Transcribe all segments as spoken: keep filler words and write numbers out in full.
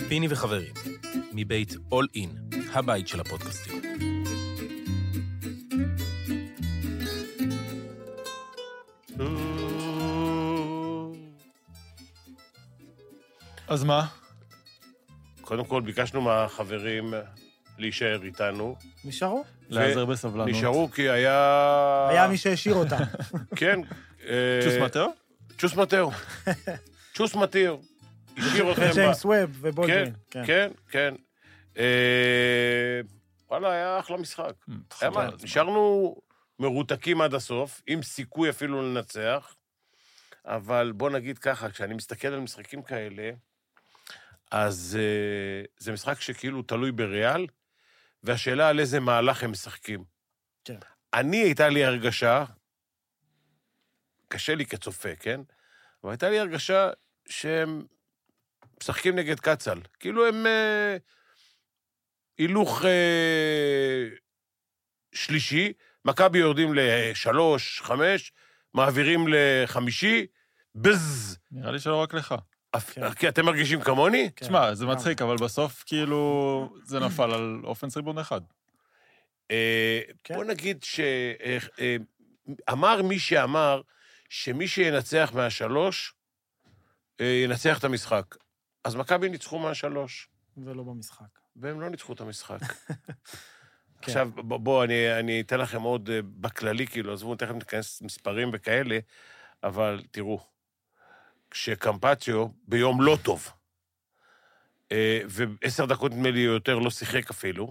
פיני וחברים, מבית All In, הבית של הפודקאסטים. אז מה? קודם כל, ביקשנו מהחברים להישאר איתנו. נשארו? לעזר בסבלנות. נשארו כי היה... היה מי שהשאיר אותם. כן. צ'וס מטאו? צ'וס מטאו. צ'וס מטאו. השאיר אתכם ב... ג'יימס ווב ובולדווין. כן, כן, כן. וואלה, היה אחלה משחק. נשארנו מרותקים עד הסוף, עם סיכוי אפילו לנצח, אבל בוא נגיד ככה, כשאני מסתכל על משחקים כאלה, אז זה משחק שכאילו תלוי בריאל, והשאלה על איזה מהלך הם משחקים. כן. אני, הייתה לי הרגשה, קשה לי כצופה, כן? אבל הייתה לי הרגשה שהם משחקים נגד קצל. כאילו הם אה, הילוך אה, שלישי, מכבי יורדים לשלוש, חמש, מעבירים לחמישי, בז. נראה לי שלא רק לך. כן. כי אתם מרגישים כמוני? תשמע, זה מצחיק, אבל בסוף כאילו זה נפל על אופנס ריבון אחד. בוא נגיד שאמר מי שאמר שמי שינצח מהשלוש, ינצח את המשחק. אז מכבי ניצחו מהשלוש. ולא במשחק. והם לא ניצחו את המשחק. עכשיו, בואו, אני אתן לכם עוד בכללי, כאילו, עזבו, תכף ניכנס מספרים וכאלה, אבל תראו, כשקמפציו ביום לא טוב, ועשר דקות נדמה לי יותר לא שיחק אפילו,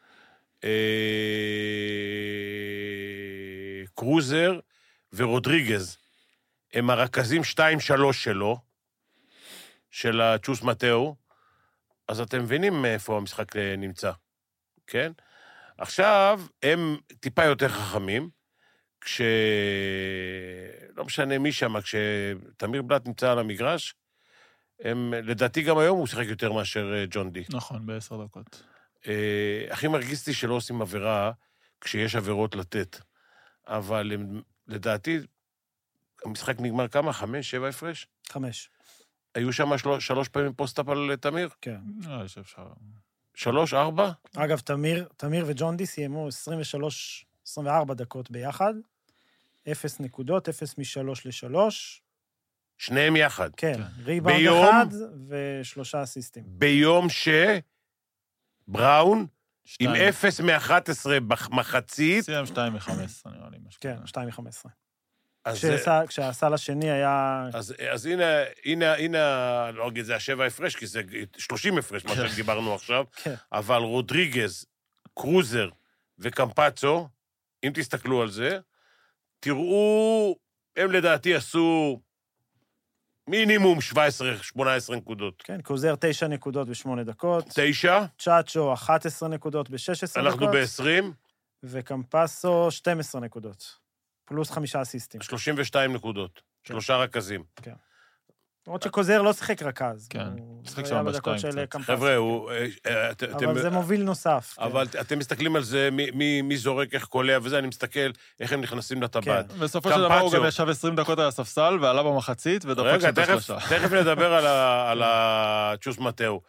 קרוזר ורודריגז, הם הרכזים שתיים שלוש שלו, של הצ'וס מטאו, אז אתם מבינים מאיפה המשחק נמצא, כן? עכשיו, הם טיפה יותר חכמים, כש... לא משנה מי שם, כשתמיר בלט נמצא על המגרש, הם, לדעתי גם היום הוא שיחק יותר מאשר ג'ון די. נכון, בעשר דקות. הכי מרגיש לי שלא עושים עבירה כשיש עבירות לתת, אבל הם, לדעתי, המשחק נגמר כמה? חמש, שבע הפרש? חמש. היו שם שלוש, שלוש פעמים פוסט-אפ על תמיר? כן. לא, יש אפשר... שלוש, ארבע? אגב, תמיר, תמיר וג'ון די סיימו עשרים ושלוש, עשרים וארבע דקות ביחד, אפס נקודות, אפס משלוש לשלוש. שניהם יחד. כן, כן. ריבאונד ביום, אחד ושלושה אסיסטים. ביום שבראון, עם אפס מאחת עשרה במחצית. סיים שתיים מחמש עשרה, נראה לי. כן, שתיים מחמש עשרה. אז כשהסל השני היה... אז, אז הנה, הנה, הנה, לא אגיד, זה השבע הפרש, כי זה שלושים הפרש, מה שדיברנו עכשיו, אבל רודריגז, קרוזר וקמפצו, אם תסתכלו על זה, תראו, הם לדעתי עשו מינימום שבע עשרה שמונה עשרה נקודות. כן, קרוזר תשע נקודות בשמונה דקות. תשע. צ'אצ'ו אחת עשרה נקודות בשש עשרה דקות. אנחנו ב-עשרים. וקמפסו שתים עשרה נקודות. פלוס חמישה אסיסטים. שלושים ושתיים נקודות. כן. שלושה רכזים. כן. למרות שקוזר לא שיחק רכז. כן. הוא היה בדקות של קמפסו. חבר'ה, הוא... אבל זה מוביל נוסף. אבל אתם מסתכלים על זה, מי זורק, איך קולע וזה, אני מסתכל איך הם נכנסים לטבעת. בסופו של דבר הוא גם ישב עשרים דקות על הספסל, ועלה במחצית, ודפק שם את השלושה. רגע, תכף נדבר על הצ'וס מטאו.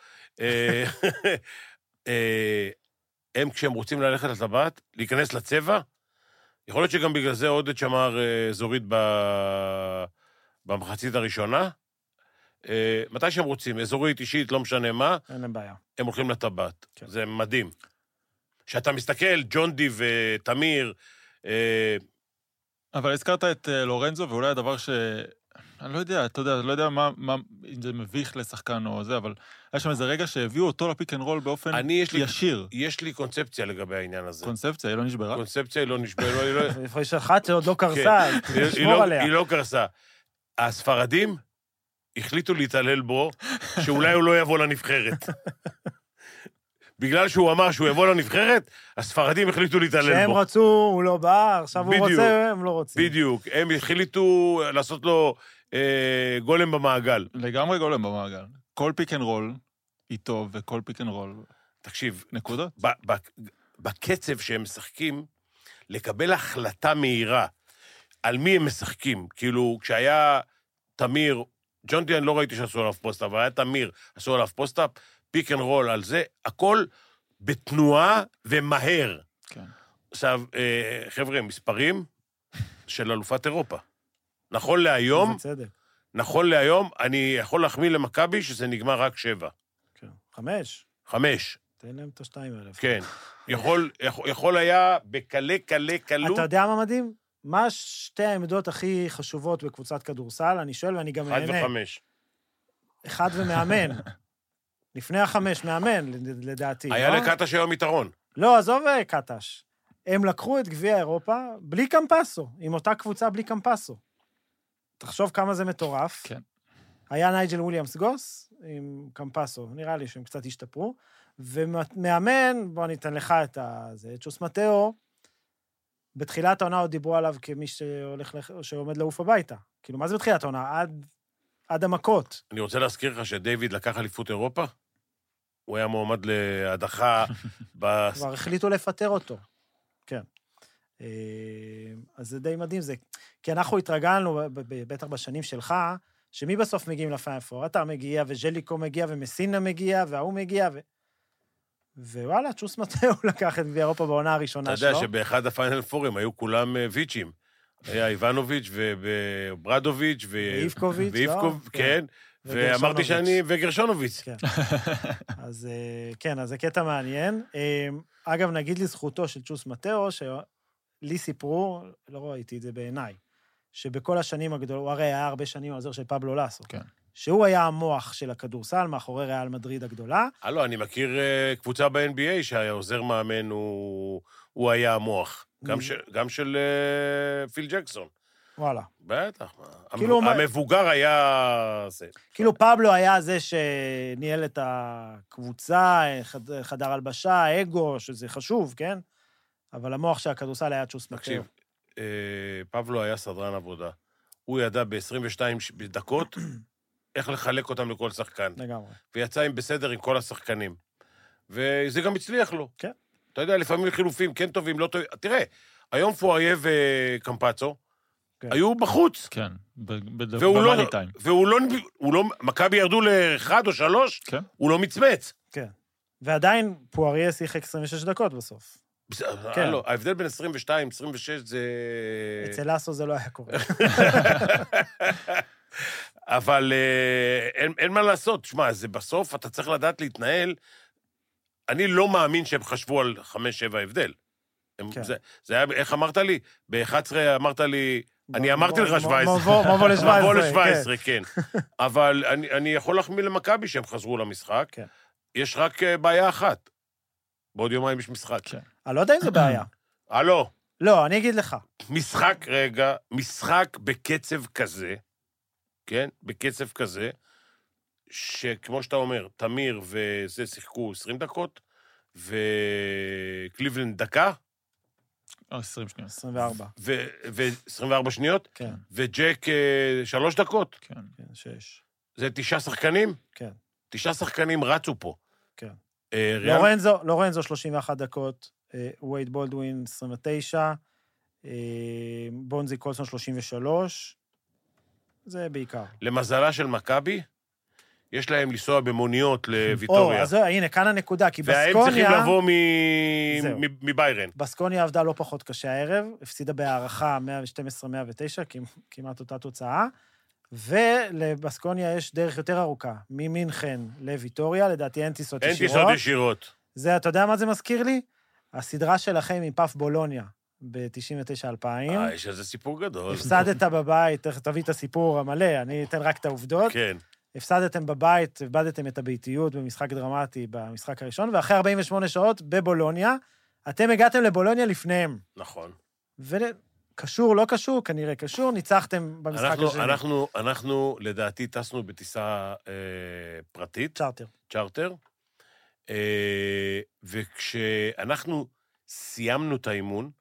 הם, כשהם רוצים ללכת לטבעת, להיכנס לצבע, יכול להיות שגם בגלל זה עודד שמר זורית במחצית הראשונה, מתי שהם רוצים, אזורית, אישית, לא משנה מה, אין להם בעיה. הם הולכים לטבעת. זה מדהים. כשאתה מסתכל, ג'ון די ותמיר... אבל הזכרת את לורנזו, ואולי הדבר ש... אני לא יודע, אתה יודע, לא יודע מה, מה, אם זה מביך לשחקן או זה, אבל היה שם איזה רגע שהביאו אותו לפיק אנד רול באופן ישיר. יש לי קונספציה לגבי העניין הזה. קונספציה, היא לא נשברה? קונספציה היא לא נשברה. איפה יש אחת שעוד לא קרסה, תשמור עליה. היא לא קרסה. הספרדים החליטו להתעלל בו, שאולי הוא לא יבוא לנבחרת. בגלל שהוא אמר שהוא יבוא לנבחרת, הספרדים החליטו להתעלל בו. שהם רצו, הוא לא בא, עכשיו הוא רוצה, הם לא רוצים. בדיוק, הם החליטו לעשות לו גולם במעגל. לגמרי גולם במעגל. כל פיק אנד רול איתו, וכל פיק אנד רול... תקשיב, נקודות? בקצב שהם משחקים, לקבל החלטה מהירה על מי הם משחקים. כאילו, כשהיה תמיר, ג'ון די אני לא ראיתי שעשו עליו פוסט-אפ, אבל היה תמיר, עשו עליו פוסט-אפ, פיק אנד רול על זה, הכל בתנועה ומהר. כן. עכשיו, חבר'ה, מספרים של אלופת אירופה. נכון להיום, בצדק. נכון להיום, אני יכול להחמיא למכבי שזה נגמר רק שבע. כן. חמש. חמש. תן להם את השתיים אלף. כן. יכול, יכול, יכול היה בקלה, קלה, קלות. אתה יודע מה מדהים? מה שתי העמדות הכי חשובות בקבוצת כדורסל? אני שואל ואני גם אחד נהנה. וחמש. אחד ומאמן. לפני החמש, מאמן, לדעתי. היה לא? לקטש היום יתרון. לא, עזוב קטש. הם לקחו את גביע אירופה בלי קמפסו, עם אותה קבוצה בלי קמפסו. תחשוב כמה זה מטורף. כן. היה נייג'ל וויליאמס גוס עם קמפסו, נראה לי שהם קצת השתפרו, ומאמן, בוא ניתן לך את זה, צ'וס מטאו, בתחילת העונה עוד דיברו עליו כמי שהולך, שעומד לעוף הביתה. כאילו, מה זה בתחילת העונה? עד, עד המכות. אני רוצה להזכיר לך שדייוויד לקח אליפות אירופה, הוא היה מועמד להדחה ב... כבר החליטו לפטר אותו. כן. אז זה די מדהים, זה... כי אנחנו התרגלנו, בטח בשנים שלך, שמי בסוף מגיעים לפיינל פור? אתה מגיע, וז'ליקו מגיע, ומסינה מגיע, והוא מגיע, ו... ווואלה, צ'וס מטאו לקח את גביע אירופה בעונה הראשונה שלו. אתה יודע שבאחד הפיינל פורים היו כולם ויצ'ים. היה איבנוביץ' וברדוביץ' ואיבקוביץ', לא? כן. ואמרתי שאני, וגרשונוביץ'. כן. אז כן, אז זה קטע מעניין. אגב, נגיד לזכותו של צ'וס מטאו, שלי סיפרו, לא ראיתי את זה בעיניי, שבכל השנים הגדולות, הוא הרי היה הרבה שנים העוזר של פבלו לסו. כן. שהוא היה המוח של הכדורסל, מאחורי ריאל מדריד הגדולה. הלו, אני מכיר קבוצה ב-אן בי איי שהעוזר מאמן הוא היה המוח. גם של פיל ג'קסון. וואלה. בטח. המבוגר היה... כאילו פבלו היה זה שניהל את הקבוצה, חדר הלבשה, אגו, שזה חשוב, כן? אבל המוח של הכדורסל היה צ'וס מטאו. תקשיב, פבלו היה סדרן עבודה. הוא ידע ב-עשרים ושתיים דקות איך לחלק אותם לכל שחקן. לגמרי. ויצא עם בסדר עם כל השחקנים. וזה גם הצליח לו. כן. אתה יודע, לפעמים חילופים, כן טובים, לא טובים. תראה, היום פואריה וקמפצו היו בחוץ. כן, במאני טיים. והוא לא, מכבי ירדו לאחד או שלוש, הוא לא מצמץ. כן. ועדיין פואריה שיחק עשרים ושש דקות בסוף. כן. ההבדל בין עשרים ושתיים, עשרים ושש זה... אצל אסו זה לא היה קורה. אבל אין, אין מה לעשות. תשמע, זה בסוף, אתה צריך לדעת להתנהל. אני לא מאמין שהם חשבו על חמש שבע הבדל. כן. זה, זה היה, איך אמרת לי? ב-אחת עשרה אמרת לי, אני אמרתי לך שבע עשרה. מבוא ל-שבע עשרה. מבוא ל-שבע עשרה, כן. אבל אני, אני יכול להחמיא למכבי שהם חזרו למשחק. כן. יש רק בעיה אחת. בעוד יומיים יש משחק. כן. אני לא יודע אם זה בעיה. הלו. לא, אני אגיד לך. משחק, רגע, משחק בקצב כזה, כן? בקצב כזה, שכמו שאתה אומר, תמיר וזה שיחקו עשרים דקות, וקליבלנד דקה. עשרים שניות. עשרים וארבע. ו-עשרים וארבע שניות? כן. וג'ק שלוש דקות? כן. כן, שש. זה תשעה שחקנים? כן. תשעה שחקנים רצו פה. כן. לורנזו, לורנזו שלושים ואחת דקות, ווייד בולדווין עשרים ותשע, בונזי קולסון שלושים ושלוש, זה בעיקר. למזלה של מכבי, יש להם לנסוע במוניות לויטוריה. או, אז הנה, כאן הנקודה, כי בסקוניה... והם צריכים לבוא מביירן. בסקוניה עבדה לא פחות קשה הערב, הפסידה בהערכה מאה ושתים עשרה מאה ותשע, כמעט אותה תוצאה, ולבסקוניה יש דרך יותר ארוכה, ממינכן לויטוריה, לדעתי אין טיסות ישירות. אין טיסות ישירות. זה, אתה יודע מה זה מזכיר לי? הסדרה שלכם עם פאף בולוניה, ב-תשעים ותשע אלפיים. אה, יש איזה סיפור גדול. הפסדת בבית, תביא את הסיפור המלא, אני אתן רק את העובדות. כן. הפסדתם בבית, הבדתם את הביתיות במשחק דרמטי במשחק הראשון, ואחרי ארבעים ושמונה שעות בבולוניה, אתם הגעתם לבולוניה לפניהם. נכון. וקשור, לא קשור, כנראה קשור, ניצחתם במשחק אנחנו, השני. אנחנו, אנחנו, לדעתי, טסנו בטיסה אה, פרטית. צ'ארטר. צ'ארטר. אה, וכשאנחנו סיימנו את האימון,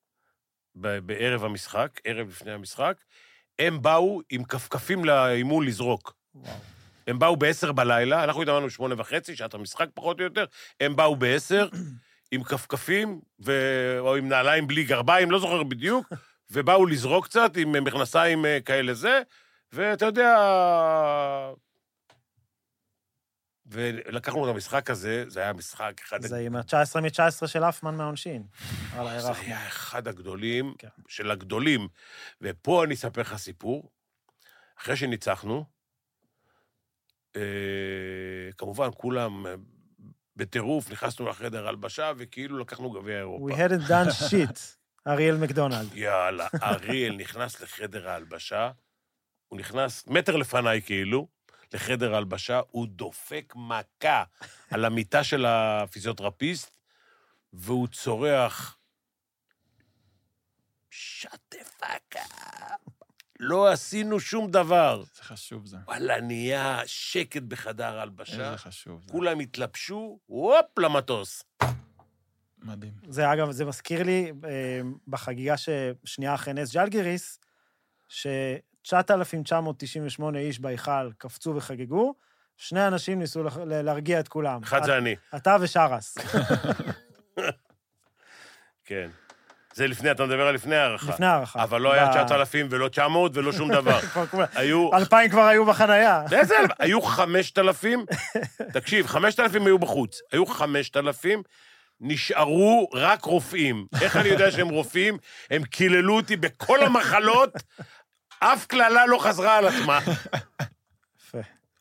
בערב המשחק, ערב לפני המשחק, הם באו עם כפכפים לאימון לזרוק. וואו. הם באו בעשר בלילה, אנחנו התאמנו שמונה וחצי, שעת המשחק פחות או יותר, הם באו בעשר, עם כפכפים, ו... או עם נעליים בלי גרביים, לא זוכר בדיוק, ובאו לזרוק קצת עם מכנסיים כאלה זה, ואתה יודע... ולקחנו את המשחק הזה, זה היה משחק אחד... זה עם ה-תשע עשרה מתשע עשרה של אפמן מהעונשין. זה היה אחד הגדולים, של הגדולים. ופה אני אספר לך סיפור. אחרי שניצחנו, כמובן, כולם בטירוף, נכנסנו לחדר הלבשה, וכאילו לקחנו גביע אירופה. We hadn't done shit, אריאל מקדונלד. יאללה, אריאל נכנס לחדר ההלבשה, הוא נכנס מטר לפניי כאילו, לחדר ההלבשה, הוא דופק מכה על המיטה של הפיזיותרפיסט, והוא צורח, שטפקה, לא עשינו שום דבר. זה חשוב זה. וואלה, נהיה שקט בחדר ההלבשה. איזה חשוב זה. כולם התלבשו, וופ, למטוס. מדהים. זה אגב, זה מזכיר לי בחגיגה ששנייה אחרי נס ג'לגיריס, ש-תשעת אלפים תשע מאות תשעים ושמונה איש בהיכל קפצו וחגגו, שני אנשים ניסו להרגיע את כולם. אחד זה אני. אתה ושרס. כן. זה לפני, אתה מדבר על לפני הערכה. לפני הערכה. אבל לא היה תשעת אלפים ולא תשע מאות ולא שום דבר. היו... אלפיים כבר היו בחנייה. איזה אלפיים? היו חמשת אלפים, תקשיב, חמשת אלפים היו בחוץ. היו חמשת אלפים, נשארו רק רופאים. איך אני יודע שהם רופאים? הם קיללו אותי בכל המחלות, אף כללה לא חזרה על עצמה. יפה.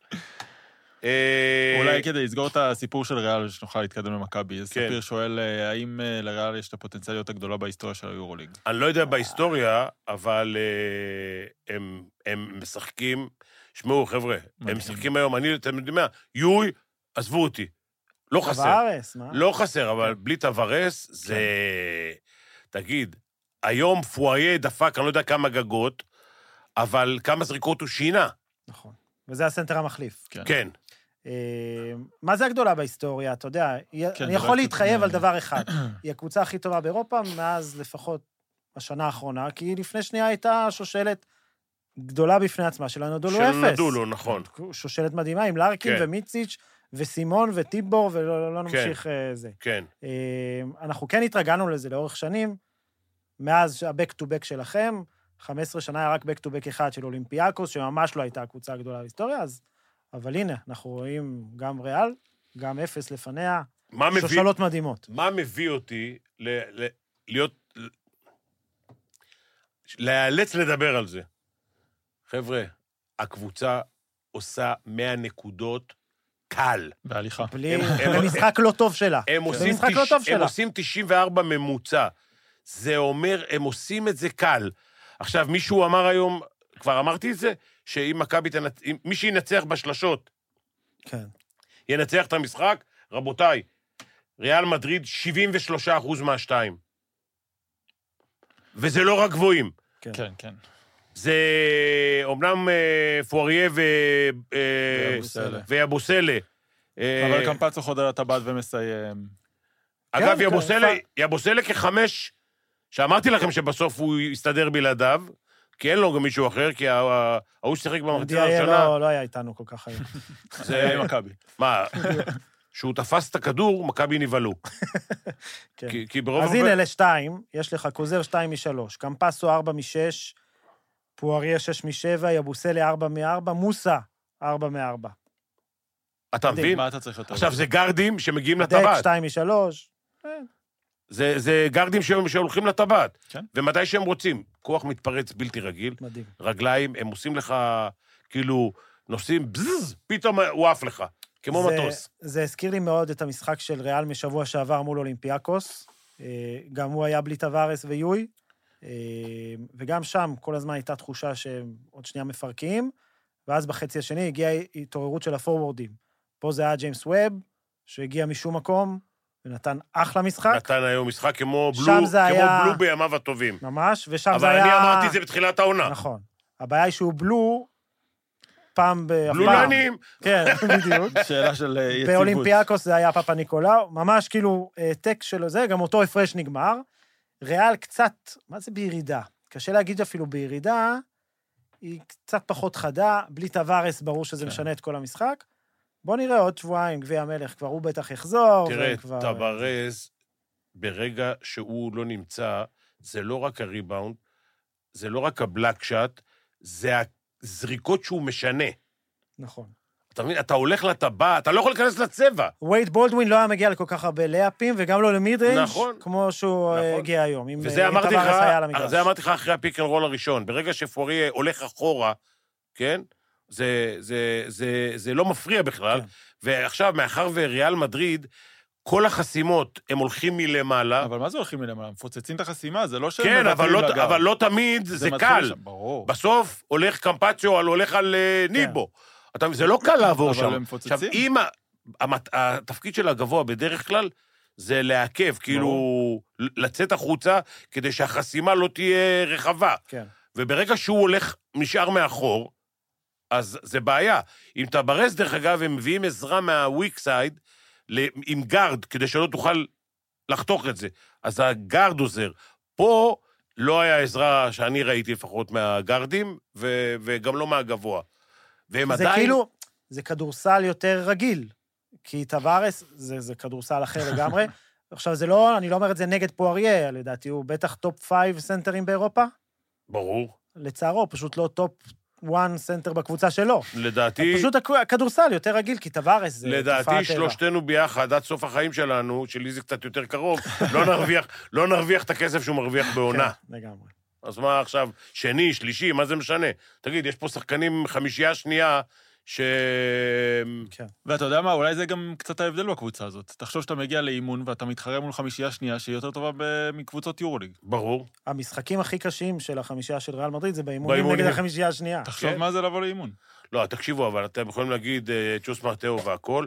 אולי כדי לסגור את הסיפור של ריאל, שנוכל להתקדם למכבי, אז ספיר שואל, האם לריאל יש את הפוטנציאליות הגדולה בהיסטוריה של היורוליג? אני לא יודע בהיסטוריה, אבל הם משחקים, שמעו חבר'ה, הם משחקים היום, אני, אתם יודעים מה, יוי, עזבו אותי. לא חסר. טווארס, מה? לא חסר, אבל בלי טווארס, זה... תגיד, היום פואיה דפק, אני לא יודע כמה גגות, אבל כמה זריקות הוא שינה. נכון. וזה הסנטר המחליף. כן. מה זה הגדולה בהיסטוריה? אתה יודע, אני יכול להתחייב על דבר אחד. היא הקבוצה הכי טובה באירופה, מאז לפחות השנה האחרונה, כי לפני שנייה הייתה שושלת גדולה בפני עצמה, של הנדולו אפס. של נדולו, נכון. שושלת מדהימה, עם לארקין ומיציץ' וסימון וטיבור, ולא נמשיך זה. כן. אנחנו כן התרגלנו לזה לאורך שנים, מאז ה-back to back שלכם, חמש עשרה שנה היה רק back to back אחד של אולימפיאקוס, שממש לא הייתה הקבוצה הגדולה בהיסטוריה, אז... אבל הנה, אנחנו רואים גם ריאל, גם אפס לפניה, שושלות מדהימות. מה מביא אותי ל- ל- להיות... להיאלץ לדבר על זה? חבר'ה, הקבוצה עושה מאה נקודות קל. בהליכה. בלי... במשחק לא טוב שלה. הם עושים, תש... לא טוב הם שלה. עושים תשעים וארבע ממוצע. זה אומר, הם עושים את זה קל. עכשיו, מישהו אמר היום, כבר אמרתי את זה, שאם מכבי תנצ... מי שינצח בשלשות, כן. ינצח את המשחק, רבותיי, ריאל מדריד שבעים ושלושה אחוז מהשתיים. וזה לא רק גבוהים. כן, כן. כן. זה אומנם פואריה ו... ויבוסלה. אבל קמפצו חודר לטבעת ומסיים. אגב, יבוסלה, יבוסלה כחמש, שאמרתי לכם שבסוף הוא יסתדר בלעדיו, כי אין לו גם מישהו אחר, כי ההוא ששיחק במחצית הראשונה... לא היה איתנו כל כך היום. זה היה עם מכבי. מה? שהוא תפס את הכדור, מכבי נבהלו. אז הנה לשתיים, יש לך קוזר שתיים משלוש, קמפסו ארבע משש, פואריה שש משבע, יבוסלה ארבע מארבע, מוסה ארבע מארבע. אתה מבין? מה אתה צריך יותר? עכשיו, זה גרדים שמגיעים לטבעת. דק שתיים משלוש. זה, זה גרדים שהולכים לטבעת. כן. ומתי שהם רוצים. כוח מתפרץ בלתי רגיל. מדהים. רגליים, הם עושים לך, כאילו, נוסעים, בזז, פתאום הוא עף לך. כמו זה, מטוס. זה הזכיר לי מאוד את המשחק של ריאל משבוע שעבר מול אולימפיאקוס. גם הוא היה בלי טווארס ויוי. וגם שם כל הזמן הייתה תחושה שהם עוד שנייה מפרקים. ואז בחצי השני הגיעה התעוררות של הפורורדים. פה זה היה ג'יימס ווב, שהגיע משום מקום, ונתן אחלה משחק. נתן היום משחק כמו בלו, כמו היה... בלו בימיו הטובים. ממש, ושם זה היה... היה... אבל אני אמרתי את זה בתחילת העונה. נכון. הבעיה היא שהוא בלו, פעם בהפעם. בלולנים. כן, בדיוק. שאלה של יציבות. באולימפיאקוס זה היה פאפה ניקולאו, ממש כאילו טק שלו זה, גם אותו הפרש נגמר. ריאל קצת, מה זה בירידה? קשה להגיד אפילו בירידה, היא קצת פחות חדה, בלי טווארס, ברור שזה משנה את כל המשחק. בוא נראה עוד שבועיים, גביע המלך, כבר הוא בטח יחזור. תראה, טווארס, ברגע שהוא לא נמצא, זה לא רק הריבאונד, זה לא רק הבלק שאט, זה הזריקות שהוא משנה. נכון. אתה מבין, אתה הולך לטבע, אתה לא יכול להיכנס לצבע. וייד בולדווין לא היה מגיע לכל כך הרבה לאפים, וגם לא למידרינג', נכון. כמו שהוא נכון. הגיע היום. וזה אמרתי לך, זה אמרתי לך אחרי הפיק אנד רול הראשון. ברגע שפורי הולך אחורה, כן? זה, זה, זה, זה לא מפריע בכלל. כן. ועכשיו, מאחר וריאל מדריד, כל החסימות, הם הולכים מלמעלה. אבל מה זה הולכים מלמעלה? מפוצצים את החסימה, זה לא שהם כן, אבל לא, לגב. אבל לא תמיד זה, זה קל. שם, ברור. בסוף הולך קמפציו, הולך על כן. ניבו. אתה, זה לא קל לעבור שם. אבל הם מפוצצים. עכשיו, אם התפקיד של הגבוה בדרך כלל, זה לעכב, כאילו, לצאת החוצה, כדי שהחסימה לא תהיה רחבה. כן. וברגע שהוא הולך, נשאר מאחור, אז זה בעיה. אם אתה ברס, דרך אגב, הם מביאים עזרה מהוויק סייד, עם גארד, כדי שלא תוכל לחתוך את זה. אז הגארד עוזר. פה לא היה עזרה שאני ראיתי לפחות מהגארדים, ו- וגם לא מהגבוה. והם זה עדיין... כאילו, זה כדורסל יותר רגיל, כי טווארס זה, זה כדורסל אחר לגמרי. עכשיו, זה לא, אני לא אומר את זה נגד פואריה, לדעתי, הוא בטח טופ פייב סנטרים באירופה. ברור. לצערו, פשוט לא טופ וואן סנטר בקבוצה שלו. לדעתי... פשוט הכדורסל יותר רגיל, כי טווארס זה לדעתי, שלושתנו ביחד, עד סוף החיים שלנו, שלי זה קצת יותר קרוב, לא נרוויח, לא נרוויח את הכסף שהוא מרוויח בעונה. כן, לגמרי. אז מה עכשיו, שני, שלישי, מה זה משנה? תגיד, יש פה שחקנים חמישייה שנייה, ש... כן. ואתה יודע מה, אולי זה גם קצת ההבדל בקבוצה הזאת. תחשוב שאתה מגיע לאימון, ואתה מתחרה מול חמישייה שנייה, שהיא יותר טובה מקבוצות יורוליג. ברור. המשחקים הכי קשים של החמישייה של ריאל מדריד, זה באימונים נגד החמישייה השנייה. תחשוב מה זה לבוא לאימון. לא, תקשיבו, אבל אתם יכולים להגיד, צ'וס מרטאו והכל,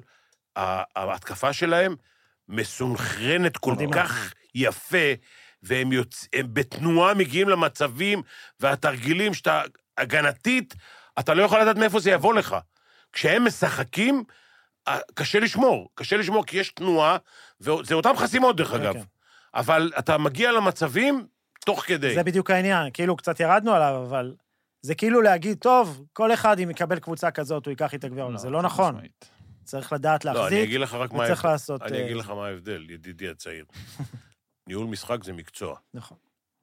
ההתקפה שלהם מסונכרנת כל כך יפה, והם בתנועה מגיעים למצבים, והתרגילים שאתה הגנתית, אתה לא יכול לדעת מאיפה זה יבוא לך. כשהם משחקים, קשה לשמור. קשה לשמור כי יש תנועה, וזה אותם חסימות דרך אגב. אבל אתה מגיע למצבים תוך כדי. זה בדיוק העניין. כאילו קצת ירדנו עליו, אבל זה כאילו להגיד, טוב, כל אחד אם יקבל קבוצה כזאת, הוא ייקח את הגביע. זה לא נכון. צריך לדעת להחזיק. לא, אני אגיד לך רק מה וצריך לעשות... אני אגיד לך מה ההבדל, ידידי הצעיר. ניהול משחק זה מקצוע. נכון.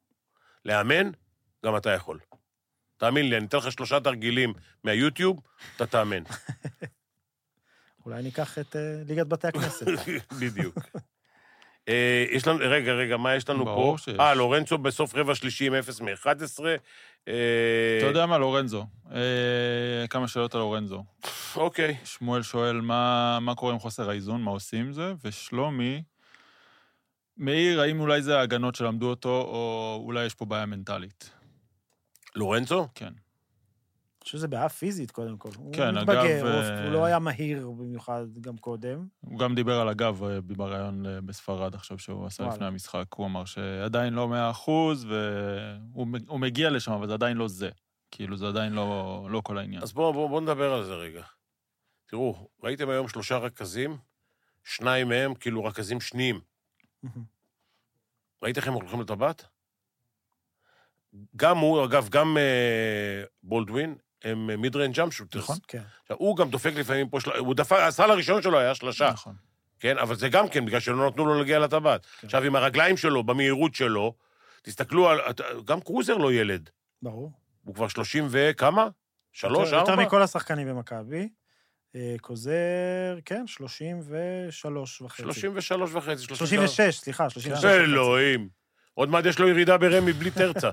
לאמן, גם אתה יכול. תאמין לי, אני אתן לך שלושה תרגילים מהיוטיוב, אתה תאמן. אולי ניקח את ליגת בתי הכנסת. בדיוק. יש לנו, רגע, רגע, מה יש לנו פה? אה, לורנצו בסוף רבע שלישי עם אפס מ-אחת עשרה. אתה יודע מה, לורנזו. כמה שאלות על לורנזו. אוקיי. שמואל שואל, מה קורה עם חוסר האיזון, מה עושים עם זה? ושלומי, מאיר, האם אולי זה ההגנות שלמדו אותו, או אולי יש פה בעיה מנטלית? לורנצו? כן. אני חושב שזה בעיה פיזית, קודם כל. כן, הוא מתבגר, הוא לא היה מהיר במיוחד גם קודם. הוא גם דיבר על הגב בראיון בספרד, עכשיו שהוא עשה לפני המשחק. הוא אמר שעדיין לא מאה אחוז, והוא מגיע לשם, אבל זה עדיין לא זה. כאילו, זה עדיין לא כל העניין. אז בואו נדבר על זה רגע. תראו, ראיתם היום שלושה רכזים, שניים מהם כאילו רכזים שניים. ראית איך הם הולכים לטבעת? גם הוא, אגב, גם בולדווין, הם מידריין ג'אמפ שוטרס. נכון, כן. הוא גם דופק לפעמים פה, הוא דפק, הסל הראשון שלו היה שלושה. נכון. כן, אבל זה גם כן, בגלל שלא נתנו לו להגיע לטבעת. עכשיו, עם הרגליים שלו, במהירות שלו, תסתכלו על, גם קרוזר לא ילד. ברור. הוא כבר שלושים וכמה? שלוש, ארבע? יותר מכל השחקנים במכבי. קוזר, כן, שלושים ושלוש וחצי. שלושים ושלוש וחצי. שלושים ושש, סליחה, שלושים ושש. אלוהים. עוד מעט יש לו ירידה ברמי בלי תרצה.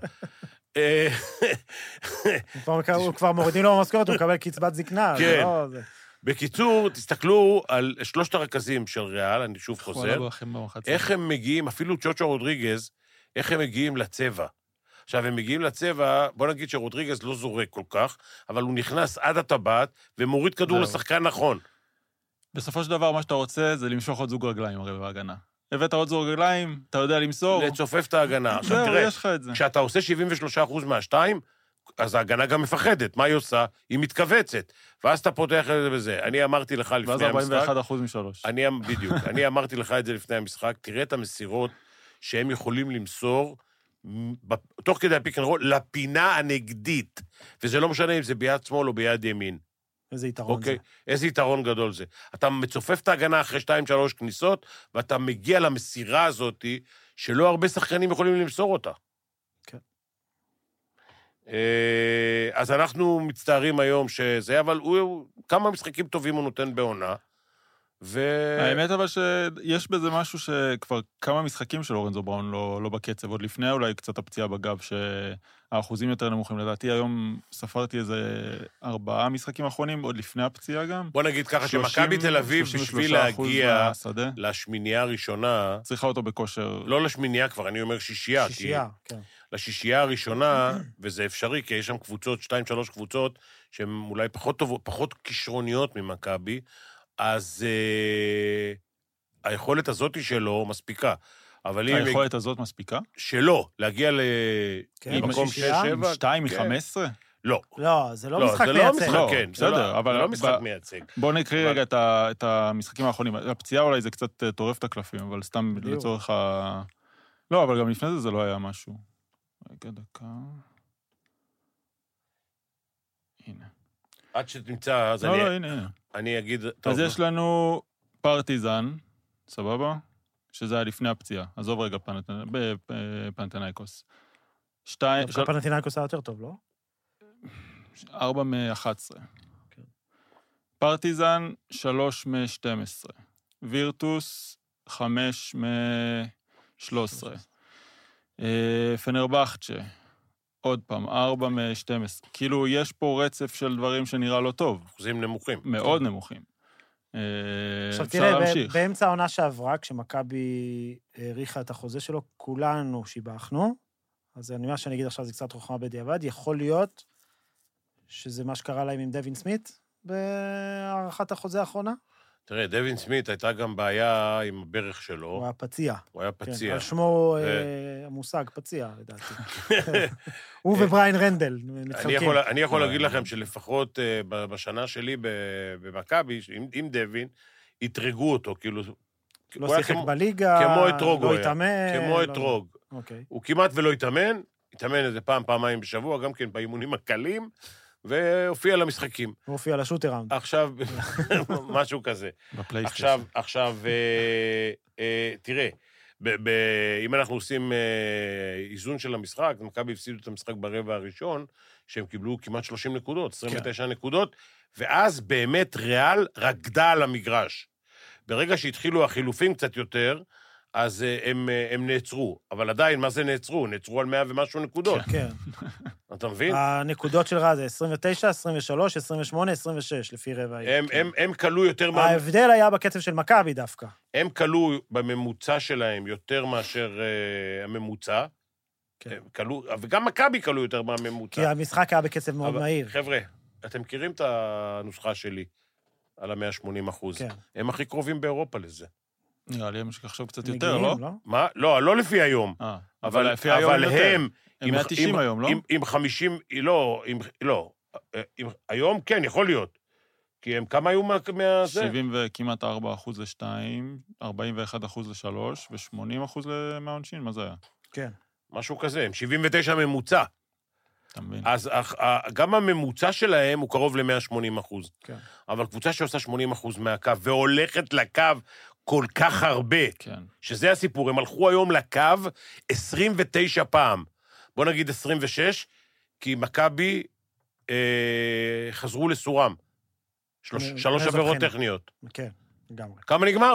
הוא כבר מורידים לו במשכורת, הוא מקבל קצבת זקנה. כן. בקיצור, תסתכלו על שלושת הרכזים של ריאל, אני שוב חוזר, איך הם מגיעים, אפילו צ'וצ'ו רודריגז, איך הם מגיעים לצבע. עכשיו, הם מגיעים לצבע, בוא נגיד שרודריגז לא זורק כל כך, אבל הוא נכנס עד הטבעת ומוריד כדור לשחקן נכון. בסופו של דבר, מה שאתה רוצה זה למשוך עוד זוג רגליים הרי בהגנה. הבאת עוד זוג רגליים, אתה יודע למסור. לצופף את ההגנה. עכשיו תראה, כשאתה עושה שבעים ושלושה אחוז מהשתיים, אז ההגנה גם מפחדת. מה היא עושה? היא מתכווצת. ואז אתה פותח את זה בזה. אני אמרתי לך לפני המשחק... ואז ארבעים ואחד אחוז משלוש. בדיוק. אני אמרתי לך את זה לפני המשחק, תראה את המסירות שהם יכולים למסור, תוך כדי הפיק אנד רול, לפינה הנגדית. וזה לא משנה אם זה ביד שמאל או ביד ימין. איזה יתרון זה. איזה יתרון גדול זה. אתה מצופף את ההגנה אחרי שתיים, שלוש כניסות, ואתה מגיע למסירה הזאת, שלא הרבה שחקנים יכולים למסור אותה. כן. אז אנחנו מצטערים היום שזה, אבל הוא, כמה משחקים טובים הוא נותן בעונה. ו... האמת אבל שיש בזה משהו שכבר כמה משחקים של לורנזו בראון לא, לא בקצב, עוד לפני אולי קצת הפציעה בגב, שהאחוזים יותר נמוכים. לדעתי היום ספרתי איזה ארבעה משחקים האחרונים, עוד לפני הפציעה גם. בוא נגיד ככה, שמכבי תל אביב בשביל להגיע לשמינייה הראשונה... צריכה אותו בכושר. לא לשמינייה כבר, אני אומר שישייה. שישייה, כי... כן. לשישייה הראשונה, וזה אפשרי, כי יש שם קבוצות, שתיים, שלוש קבוצות, שהן אולי פחות טובות, פחות כישרוניות ממכבי, אז uh, היכולת הזאת שלו מספיקה. אבל היכולת הזאת מספיקה? שלא, להגיע למקום שש שבע. שתיים מ-חמש עשרה? לא. לא, זה לא משחק מייצג. לא, כן, בסדר, אבל... זה לא משחק מייצג. בואו נקריא רגע את המשחקים האחרונים. הפציעה אולי זה קצת טורף את הקלפים, אבל סתם לצורך ה... לא, אבל גם לפני זה זה לא היה משהו. רגע, דקה... הנה. עד שתמצא, אז לא, אני... לא, הנה, הנה. אני אגיד... אז יש לנו פרטיזן, סבבה? שזה היה לפני הפציעה. עזוב רגע בפנתנאיקוס. שתיים... דווקא פנתנאיקוס היה יותר טוב, לא? ארבע מאחת עשרה. פרטיזן, שלוש משתים עשרה. וירטוס, חמש משלוש עשרה. פנרבחצ'ה, עוד פעם, ארבע משתים עשרה. כאילו, יש פה רצף של דברים שנראה לא טוב. אחוזים נמוכים. מאוד נמוכים. עכשיו תראה, באמצע העונה שעברה, כשמכבי העריכה את החוזה שלו, כולנו שיבחנו, אז אני אומר שאני אגיד עכשיו, זה קצת חוכמה בדיעבד, יכול להיות שזה מה שקרה להם עם דווין סמית, בהערכת החוזה האחרונה? תראה, דווין סמית הייתה גם בעיה עם הברך שלו. הוא היה פציע. הוא היה פציע. כן, על שמו המושג, פציע, לדעתי. הוא ובריין רנדל מתחלקים. אני יכול להגיד לכם שלפחות בשנה שלי במכבי, עם דווין, התרגו אותו, כאילו... לא שיחק בליגה, כמו אתרוג לא התאמן. כמו אתרוג. הוא כמעט ולא התאמן, התאמן איזה פעם, פעמיים בשבוע, גם כן באימונים הקלים, והופיע למשחקים. הוא הופיע לשוטראונד. עכשיו, משהו כזה. עכשיו, עכשיו, תראה, אם אנחנו עושים איזון של המשחק, מכבי הפסידו את המשחק ברבע הראשון, שהם קיבלו כמעט שלושים נקודות, עשרים ותשע נקודות, ואז באמת ריאל רקדה על המגרש. ברגע שהתחילו החילופים קצת יותר, אז הם, הם נעצרו. אבל עדיין, מה זה נעצרו? נעצרו על מאה ומשהו נקודות. כן. אתה מבין? הנקודות של רע זה עשרים ותשע, עשרים ושלוש, עשרים ושמונה, עשרים ושש, לפי רבע. הם, הם, הם קלו יותר... ההבדל היה בקצב של מכבי דווקא. הם קלו בממוצע שלהם יותר מאשר uh, הממוצע. כן. קלו, וגם מכבי קלו יותר מהממוצע. כי המשחק היה בקצב מאוד אבל, מהיר. חבר'ה, אתם מכירים את הנוסחה שלי על ה-מאה ושמונים אחוז. כן. הם הכי קרובים באירופה לזה. נראה לי, הם שחשוב קצת יותר, לא? מה? לא, לא לפי היום. אבל לפי היום אבל הם... הם מאה ותשעים היום, לא? עם חמישים... לא, לא. היום כן, יכול להיות. כי הם כמה היו מהזה? שבעים וכמעט ארבעה אחוז לשתיים, ארבעים ואחד אחוז לשלוש, ו-שמונים אחוז מהעונשין, מה זה היה? כן. משהו כזה, הם שבעים ותשע ממוצע. אתה מבין. אז גם הממוצע שלהם הוא קרוב ל-מאה ושמונים אחוז. כן. אבל קבוצה שעושה שמונים אחוז מהקו, והולכת לקו כל כך הרבה, כן. שזה הסיפור, הם הלכו היום לקו עשרים ותשע פעם. בוא נגיד עשרים ושש, כי מכבי אה, חזרו לסורם. שלוש, שלוש עבירות טכניות. כן, לגמרי. כמה נגמר?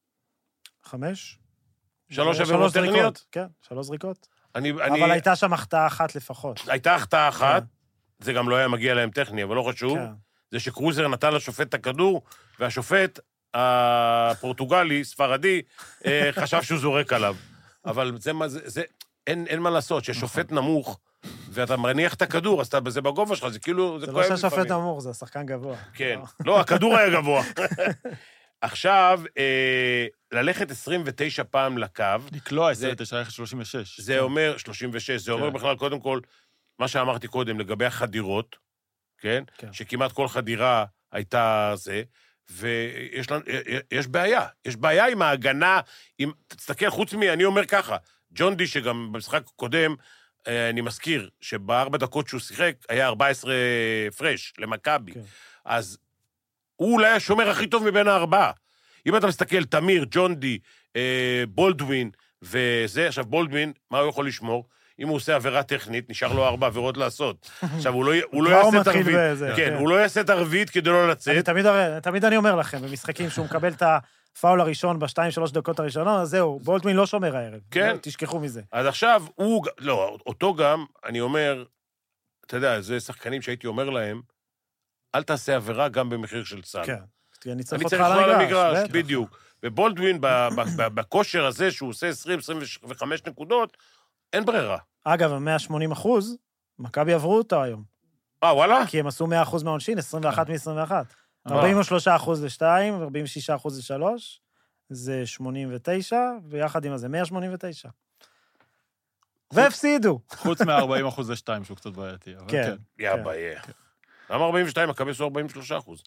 חמש. שלוש עבירות טכניות? כן, שלוש זריקות. אני, אבל אני... הייתה שם החטאה אחת לפחות. הייתה החטאה אחת, כן. זה גם לא היה מגיע להם טכני, אבל לא חשוב. כן. זה שקרוזר נתן לשופט את הכדור, והשופט הפורטוגלי, ספרדי, חשב שהוא זורק עליו. אבל זה, זה, זה, אין, אין מה לעשות, ששופט נמוך, ואתה מניח את הכדור, אז אתה, זה בגובה שלך, זה כאילו, זה, זה כואב לא לפעמים. שהשופט נמוך, זה השחקן גבוה. כן. לא, הכדור היה גבוה. עכשיו, אה, ללכת עשרים ותשע פעם לקו... לקלוע עשרים ותשע, ללכת שלושים ושש. זה אומר, שלושים ושש, זה אומר בכלל, קודם כל, מה שאמרתי קודם, לגבי החדירות, כן? שכמעט כל חדירה הייתה זה, ויש לנו, יש בעיה. יש בעיה עם ההגנה, עם, תסתכל חוץ מי, אני אומר ככה, ג'ון די, שגם במשחק קודם, אני מזכיר, שבארבע דקות שהוא שיחק, היה ארבע עשרה פרש למכבי. אז הוא אולי השומר הכי טוב מבין הארבעה. אם אתה מסתכל, תמיר, ג'ון די, בולדווין, וזה, עכשיו בולדווין, מה הוא יכול לשמור? אם הוא עושה עבירה טכנית, נשאר לו ארבע עבירות לעשות. עכשיו, הוא לא, הוא לא יעשה את הרביעית. בזה, כן, כן, הוא לא יעשה את הרביעית כדי לא לצאת. אני תמיד, תמיד אני אומר לכם, במשחקים שהוא מקבל את הפאול הראשון בשתיים, שלוש דקות הראשונות, אז זהו, בולטווין לא שומר הערב. כן. תשכחו מזה. אז עכשיו, הוא, לא, אותו גם, אני אומר, אתה יודע, זה שחקנים שהייתי אומר להם, אל תעשה עבירה גם במחיר של סל. כן. אני צריך אני אותך צריך על על המגרש. המגרש, בדיוק. ובולדווין, בכושר הזה, שהוא עושה עשרים עשרים וחמש נקודות, אין ברירה. אגב, מאה ושמונים אחוז, מכבי עברו אותו היום. אה, וואלה? כי הם עשו מאה אחוז מהעונשין, עשרים ואחת מ-עשרים ואחת. ארבעים ושלושה אחוז ל-שתיים, ארבעים ושישה אחוז ל-שלוש, זה שמונים ותשע, ויחד עם זה מאה שמונים ותשע. והפסידו. חוץ מה-ארבעים אחוז ל-שתיים, שהוא קצת בעייתי. כן. יא בעיה. למה ארבעים ושתיים? מכבי עשו ארבעים ושלושה אחוז.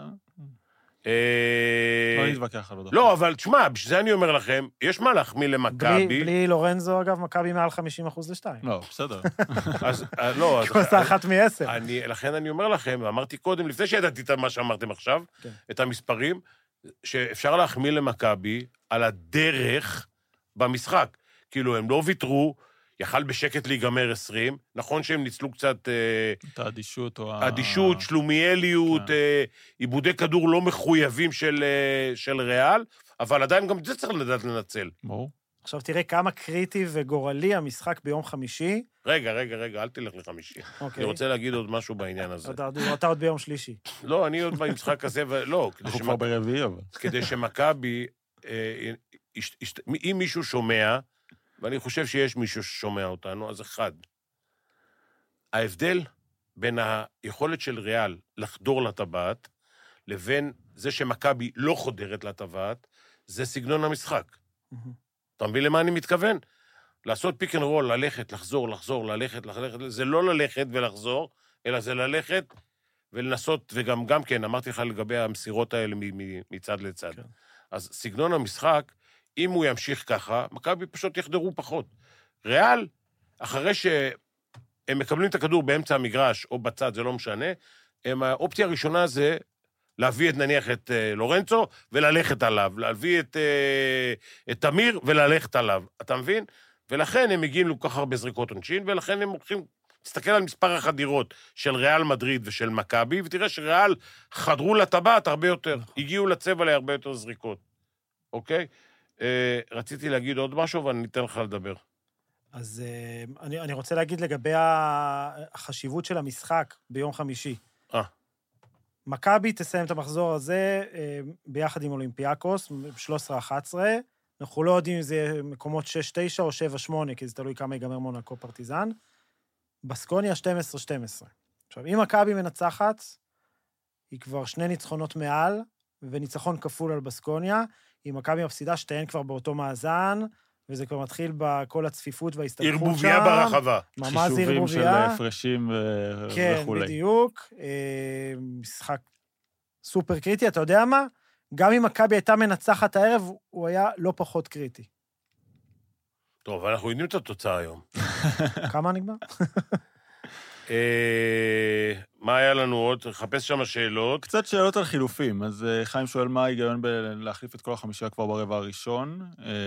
לא נתווכח על עוד. לא, אבל תשמע, בשביל זה אני אומר לכם, יש מה להחמיא למכבי. בלי לורנזו, אגב, מכבי מעל חמישים אחוז ל-שתיים. לא, בסדר. אז לא, אז... הוא עשה אחת מ-עשר. לכן אני אומר לכם, אמרתי קודם, לפני שידעתי את מה שאמרתם עכשיו, את המספרים, שאפשר להחמיא למכבי על הדרך במשחק. כאילו, הם לא ויתרו, יכל בשקט להיגמר עשרים, נכון שהם ניצלו קצת... את האדישות או... אדישות, שלומיאליות, עיבודי כדור לא מחויבים של ריאל, אבל עדיין גם זה צריך לדעת לנצל. ברור. עכשיו תראה כמה קריטי וגורלי המשחק ביום חמישי. רגע, רגע, רגע, אל תלך לחמישי. אני רוצה להגיד עוד משהו בעניין הזה. אתה עוד ביום שלישי. לא, אני עוד במשחק הזה, ולא. אנחנו כבר ברביעי, אבל. כדי שמכבי, אם מישהו שומע, ואני חושב שיש מישהו ששומע אותנו, אז אחד. ההבדל בין היכולת של ריאל לחדור לטבעת, לבין זה שמכבי לא חודרת לטבעת, זה סגנון המשחק. אתה מבין למה אני מתכוון? לעשות פיק אנד רול, ללכת, לחזור, לחזור, ללכת, ללכת, זה לא ללכת ולחזור, אלא זה ללכת ולנסות, וגם גם כן, אמרתי לך לגבי המסירות האלה מצד לצד. כן. אז סגנון המשחק, אם הוא ימשיך ככה, מכבי פשוט יחדרו פחות. ריאל, אחרי שהם מקבלים את הכדור באמצע המגרש או בצד, זה לא משנה, הם, האופציה הראשונה זה להביא את, נניח, את uh, לורנצו וללכת עליו, להביא את, uh, את תמיר וללכת עליו, אתה מבין? ולכן הם מגיעים לכל כך הרבה זריקות עונשין, ולכן הם הולכים, תסתכל על מספר החדירות של ריאל מדריד ושל מכבי, ותראה שריאל חדרו לטבעת הרבה יותר, הגיעו לצבע להרבה יותר זריקות, אוקיי? Uh, רציתי להגיד עוד משהו, ואני אתן לך לדבר. אז uh, אני, אני רוצה להגיד לגבי החשיבות של המשחק ביום חמישי. אה. מכבי תסיים את המחזור הזה ביחד עם אולימפיאקוס, שלוש עשרה אחת עשרה. אנחנו לא יודעים אם זה מקומות שש תשע או שבע שמונה, כי זה תלוי כמה ייגמר מונאקו פרטיזן. בסקוניה שתים עשרה שתים עשרה. עכשיו, אם מכבי מנצחת, היא כבר שני ניצחונות מעל, וניצחון כפול על בסקוניה. אם מכבי מפסידה, שתיהן כבר באותו מאזן, וזה כבר מתחיל בכל הצפיפות וההסתבכות שם. ערבוביה ברחבה. ממש ערבוביה. חישובים של הפרשים כן, וכו'. כן, בדיוק. משחק סופר קריטי. אתה יודע מה? גם אם מכבי הייתה מנצחת הערב, הוא היה לא פחות קריטי. טוב, אנחנו יודעים את התוצאה היום. כמה נגמר? מה היה לנו עוד? חפש שם שאלות. קצת שאלות על חילופים. אז חיים שואל מה ההיגיון להחליף את כל החמישייה כבר ברבע הראשון,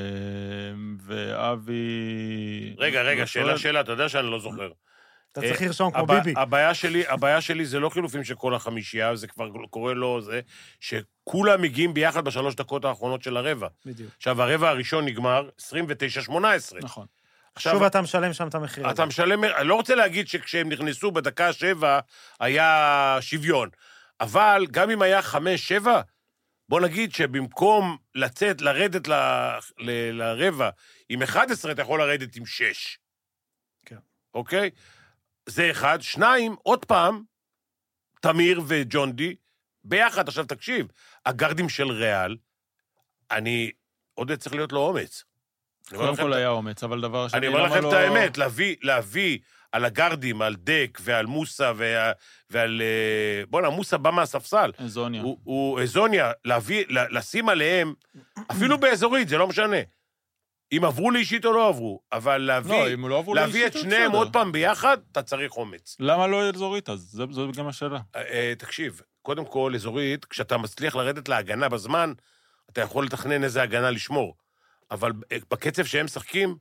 ואבי... רגע, רגע, שאלה, שאלה, אתה יודע שאני לא זוכר. אתה צריך לרשום כמו ביבי. הבעיה שלי, הבעיה שלי זה לא חילופים של כל החמישייה, זה כבר קורה לו זה, שכולם מגיעים ביחד בשלוש דקות האחרונות של הרבע. בדיוק. עכשיו, הרבע הראשון נגמר עשרים ותשע שמונה עשרה. נכון. שוב אתה משלם שם את המחיר. אתה משלם, אני לא רוצה להגיד שכשהם נכנסו בדקה שבע, היה שוויון. אבל גם אם היה חמש, שבע, בוא נגיד שבמקום לצאת, לרדת ל, ל, לרבע, עם אחד עשרה אתה יכול לרדת עם שש. כן. אוקיי? זה אחד. שניים, עוד פעם, תמיר וג'ון די, ביחד. עכשיו תקשיב, הגרדים של ריאל, אני עוד צריך להיות לו אומץ. קודם כל היה אומץ, אבל דבר שני... אני אומר לכם את האמת, להביא על הגרדים, על דק ועל מוסה ועל... בוא נה, מוסה בא מהספסל. אזוניה. הוא אזוניה, לשים עליהם, אפילו באזורית, זה לא משנה. אם עברו לאישית או לא עברו, אבל להביא את שניהם עוד פעם ביחד, אתה צריך אומץ. למה לא אזורית אז? זו גם השאלה. תקשיב, קודם כל, אזורית, כשאתה מצליח לרדת להגנה בזמן, אתה יכול לתכנן איזה הגנה לשמור. אבל בקצב שהם משחקים,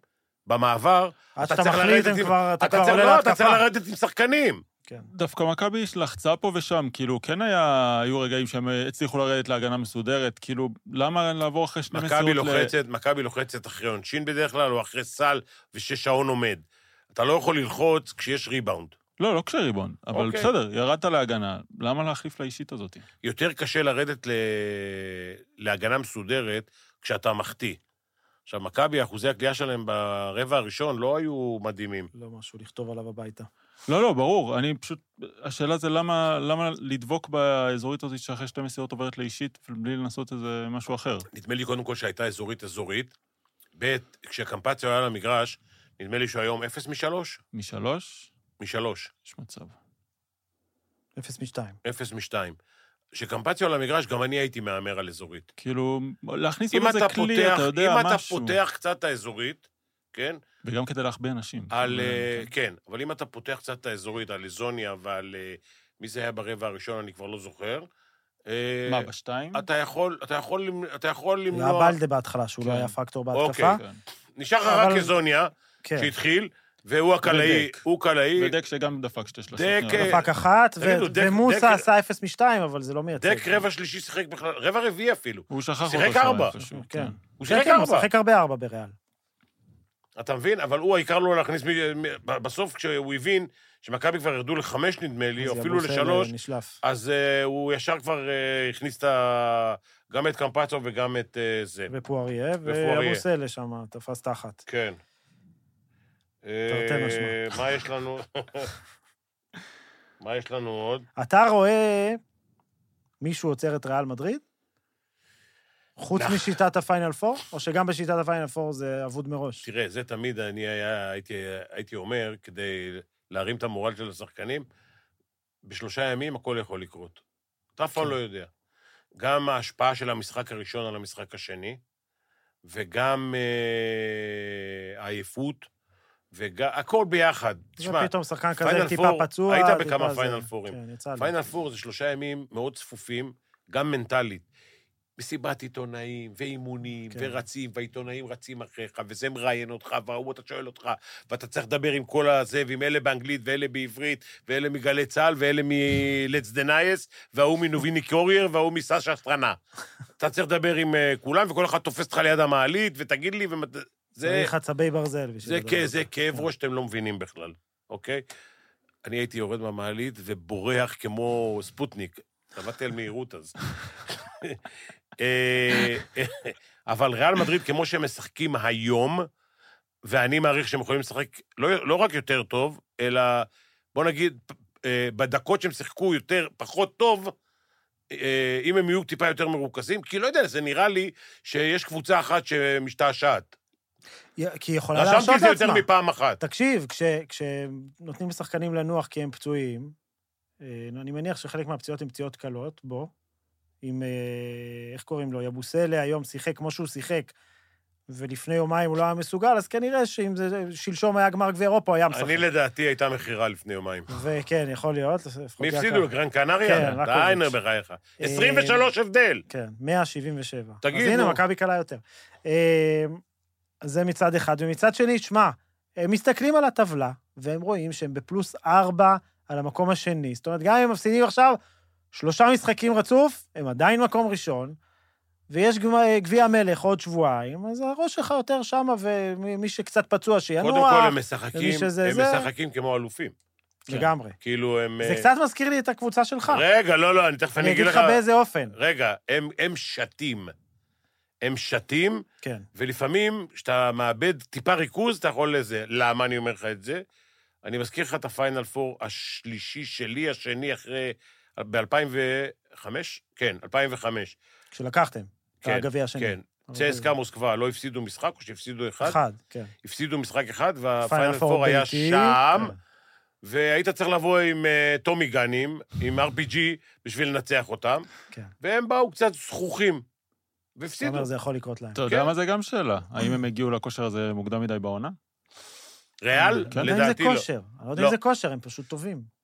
במעבר, עד אתה שאתה צריך מחליט, לרדת הם עם- כבר, אתה אתה כבר צריך- עולה לא, אתה צריך להתקפה. לרדת עם שחקנים. כן. דווקא מכבי לחצה פה ושם, כאילו, כן היה, היו רגעים שהם הצליחו לרדת להגנה מסודרת, כאילו, למה לעבור אחרי שני מסירות מכבי ל... לוחצת, מכבי לוחצת אחרי עונשין בדרך כלל, או אחרי סל, וששעון עומד. אתה לא יכול ללחוץ כשיש ריבאונד. לא, לא כשריבון, אבל אוקיי. בסדר, ירדת להגנה, למה להחליף לאישית הזאת? יותר קשה לרדת ל... להגנה מסודרת כשאתה מחטיא. עכשיו, מכבי, אחוזי הקליעה שלהם ברבע הראשון לא היו מדהימים. לא משהו לכתוב עליו הביתה. לא, לא, ברור, אני פשוט, השאלה זה למה, למה לדבוק באזורית הזאת שאחרי שתי מסירות עוברת לאישית, בלי לנסות איזה משהו אחר. נדמה לי קודם כל שהייתה אזורית אזורית, ב' כשקמפציו היה למגרש, נדמה לי שהוא היום אפס משלוש? משלוש, משלוש. יש מצב. אפס משתיים. אפס משתיים. כשקמפציו על המגרש, גם אני הייתי מהמר על אזורית. כאילו, להכניס אם עוד איזה אתה כלי, פותח, אתה יודע, אם משהו. אתה פותח קצת את האזורית, כן? וגם כדי להחביא אנשים. על, כאילו, כן, אבל אם אתה פותח קצת את האזורית, על איזוניה ועל מי זה היה ברבע הראשון, אני כבר לא זוכר. מה, בשתיים? אתה יכול, אתה יכול, אתה יכול היה למנוע... בלדה בהתחלה, שהוא לא כן. היה פקטור אוקיי. בהתקפה. כן. נשאר לך אבל- רק איזוניה, כן. שהתחיל, והוא הקלעי, ודק. הוא קלעי, ודק שגם דפק שתי שלושות. דק, נראה לי. דפק אחת, ו- תגידו, דק- ומוסה דק- עשה אפס משתיים, אבל זה לא מייצג. דק רבע שלישי שיחק בכלל, רבע רביעי אפילו. הוא שכח אותו. שיחק שם ארבע. איפשהו, כן. הוא כן, שיחק כן, הוא ארבע. שיחק הרבה ארבע בריאל. אתה מבין? אבל הוא, העיקר לו להכניס... מ- מ- בסוף, כשהוא הבין שמכבי כבר ירדו לחמש, נדמה לי, או אז אפילו יבוסל, לשלוש, אה, נשלף. אז uh, הוא ישר כבר uh, הכניס את ה... גם את קמפצו וגם את uh, זה. ופואריה, ופואריה. ואבוסלה שם, תפס תחת. כן. תרתי אה, משמע. מה יש לנו? מה יש לנו עוד? אתה רואה מישהו עוצר את ריאל מדריד? חוץ לא. משיטת הפיינל פור? או שגם בשיטת הפיינל פור זה אבוד מראש? תראה, זה תמיד אני היה, הייתי, הייתי אומר, כדי להרים את המורל של השחקנים, בשלושה ימים הכל יכול לקרות. אתה אף פעם לא יודע. גם ההשפעה של המשחק הראשון על המשחק השני, וגם אה, העייפות, וגם, הכל ביחד. תשמע, ופתאום שחקן כזה פיינל טיפה פור, פצוע. היית טיפה בכמה זה. פיינל פורים. כן, יצא לי. פיינל פור זה שלושה ימים מאוד צפופים, גם מנטלית. מסיבת עיתונאים, ואימונים, כן. ורצים, והעיתונאים רצים אחריך, וזה מראיין אותך, והוא אתה שואל אותך, ואתה צריך לדבר עם כל הזה, ועם אלה באנגלית, ואלה בעברית, ואלה מגלי צה"ל, ואלה מלץ דנייס, והוא מנוביני קורייר, והוא מסשה סטרנה. אתה צריך לדבר עם uh, כולם, וכל אחד תופס אותך ליד המעלית, ותגיד לי, ומת... זה, צריך עצבי ברזל. בשביל זה, לדבר כ... על זה כאב כן. ראש שאתם לא מבינים בכלל, אוקיי? אני הייתי יורד מהמעלית ובורח כמו ספוטניק. עבדתי על מהירות אז. אבל ריאל מדריד, כמו שהם משחקים היום, ואני מעריך שהם יכולים לשחק לא, לא רק יותר טוב, אלא, בוא נגיד, בדקות שהם שיחקו יותר, פחות טוב, אם הם יהיו טיפה יותר מרוכזים, כי לא יודע, זה נראה לי שיש קבוצה אחת שמשתעשעת. כי היא יכולה רשמתי להרשות את זה יותר לעצמה. מפעם אחת. תקשיב, כש, כשנותנים לשחקנים לנוח כי הם פצועים, אני מניח שחלק מהפציעות הן פציעות קלות, בוא, עם, איך קוראים לו, יבוסלה היום שיחק כמו שהוא שיחק, ולפני יומיים הוא לא היה מסוגל, אז כנראה שאם זה, שלשום היה גמר גביע אירופה, הוא היה משחק. אני לדעתי הייתה מכירה לפני יומיים. וכן, יכול להיות. מי הפסידו? לגרן קנריה? כן, רק די, קוביץ'. בחייך. עשרים ושלוש הבדל. כן, מאה שבעים ושבע. תגיד, אז הנה, נו. מכבי קלה יותר. אז זה מצד אחד, ומצד שני, שמע, הם מסתכלים על הטבלה, והם רואים שהם בפלוס ארבע על המקום השני. זאת אומרת, גם אם הם מפסידים עכשיו שלושה משחקים רצוף, הם עדיין מקום ראשון, ויש גביע המלך עוד שבועיים, אז הראש שלך יותר שמה, ומי שקצת פצוע שינוע. קודם כל הם משחקים, ומי שזה הם זה. משחקים כמו אלופים. לגמרי. כאילו הם... זה קצת מזכיר לי את הקבוצה שלך. רגע, לא, לא, אני תכף אני אני אגיד אגיד לך לך... באיזה אופן. רגע, הם, הם שתים. הם שתים, כן. ולפעמים, כשאתה מאבד טיפה ריכוז, אתה יכול לזה. למה אני אומר לך את זה? אני מזכיר לך את הפיינל פור השלישי שלי, השני אחרי... ב-אלפיים וחמש? כן, אלפיים וחמש. כשלקחתם. כן, הגביע השני. כן. צסקה מוסקבה לא הפסידו משחק, או שהפסידו אחד? אחד, כן. הפסידו משחק אחד, פיינל והפיינל פור פור היה ביתי, שם, כן. והיית צריך לבוא עם uh, טומי גנים, עם אר פי ג'י, בשביל לנצח אותם, כן. והם באו קצת זכוכים, זאת והפסידו. אומרת, זה יכול לקרות להם. אתה יודע כן. מה זה גם שאלה? האם הם הגיעו לכושר הזה מוקדם מדי בעונה? ריאל? כן. אני לא יודע אם זה לדעתי לא. כושר. אני לא יודע לא. אם זה כושר, הם פשוט טובים.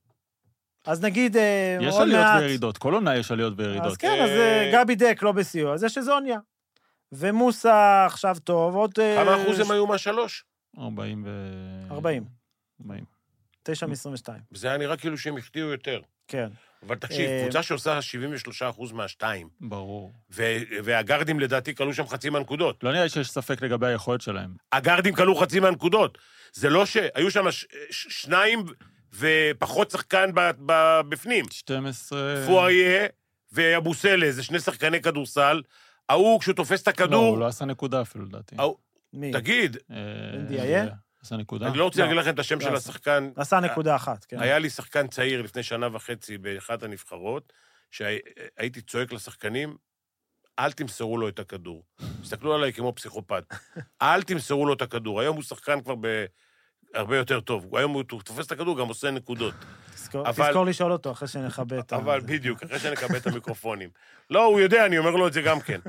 אז נגיד, אה, יש עוד עליות מעט... וירידות, כל עונה יש עליות וירידות. אז כן, אז אה, אה, גבי דק לא בסיוע, אז יש איזוניה. ומוסה עכשיו טוב, עוד... אה, כמה אחוז הם היו מהשלוש? ארבעים ו... ארבעים. ארבעים. תשע מ-עשרים ושתיים. זה היה נראה כאילו שהם החטיאו יותר. כן. אבל תקשיב, קבוצה שעושה שבעים ושלושה אחוז מהשתיים. ברור. והגרדים לדעתי קלו שם חצי מהנקודות. לא נראה שיש ספק לגבי היכולת שלהם. הגרדים קלו חצי מהנקודות. זה לא שהיו שם שניים ופחות שחקן בפנים. שתים עשרה... פואיה ואבוסלה, זה שני שחקני כדורסל. ההוא, כשהוא תופס את הכדור... לא, הוא לא עשה נקודה אפילו, לדעתי. מי? תגיד. אינדיאיה? עשה נקודה? אני לא רוצה להגיד לכם את השם של השחקן. עשה נקודה אחת, כן. היה לי שחקן צעיר לפני שנה וחצי באחת הנבחרות, שהייתי צועק לשחקנים, אל תמסרו לו את הכדור. הסתכלו עליי כמו פסיכופת. אל תמסרו לו את הכדור. היום הוא שחקן כבר הרבה יותר טוב. היום הוא תופס את הכדור, גם עושה נקודות. תזכור לשאול אותו אחרי שנכבה את... אבל בדיוק, אחרי שנכבה את המיקרופונים. לא, הוא יודע, אני אומר לו את זה גם כן.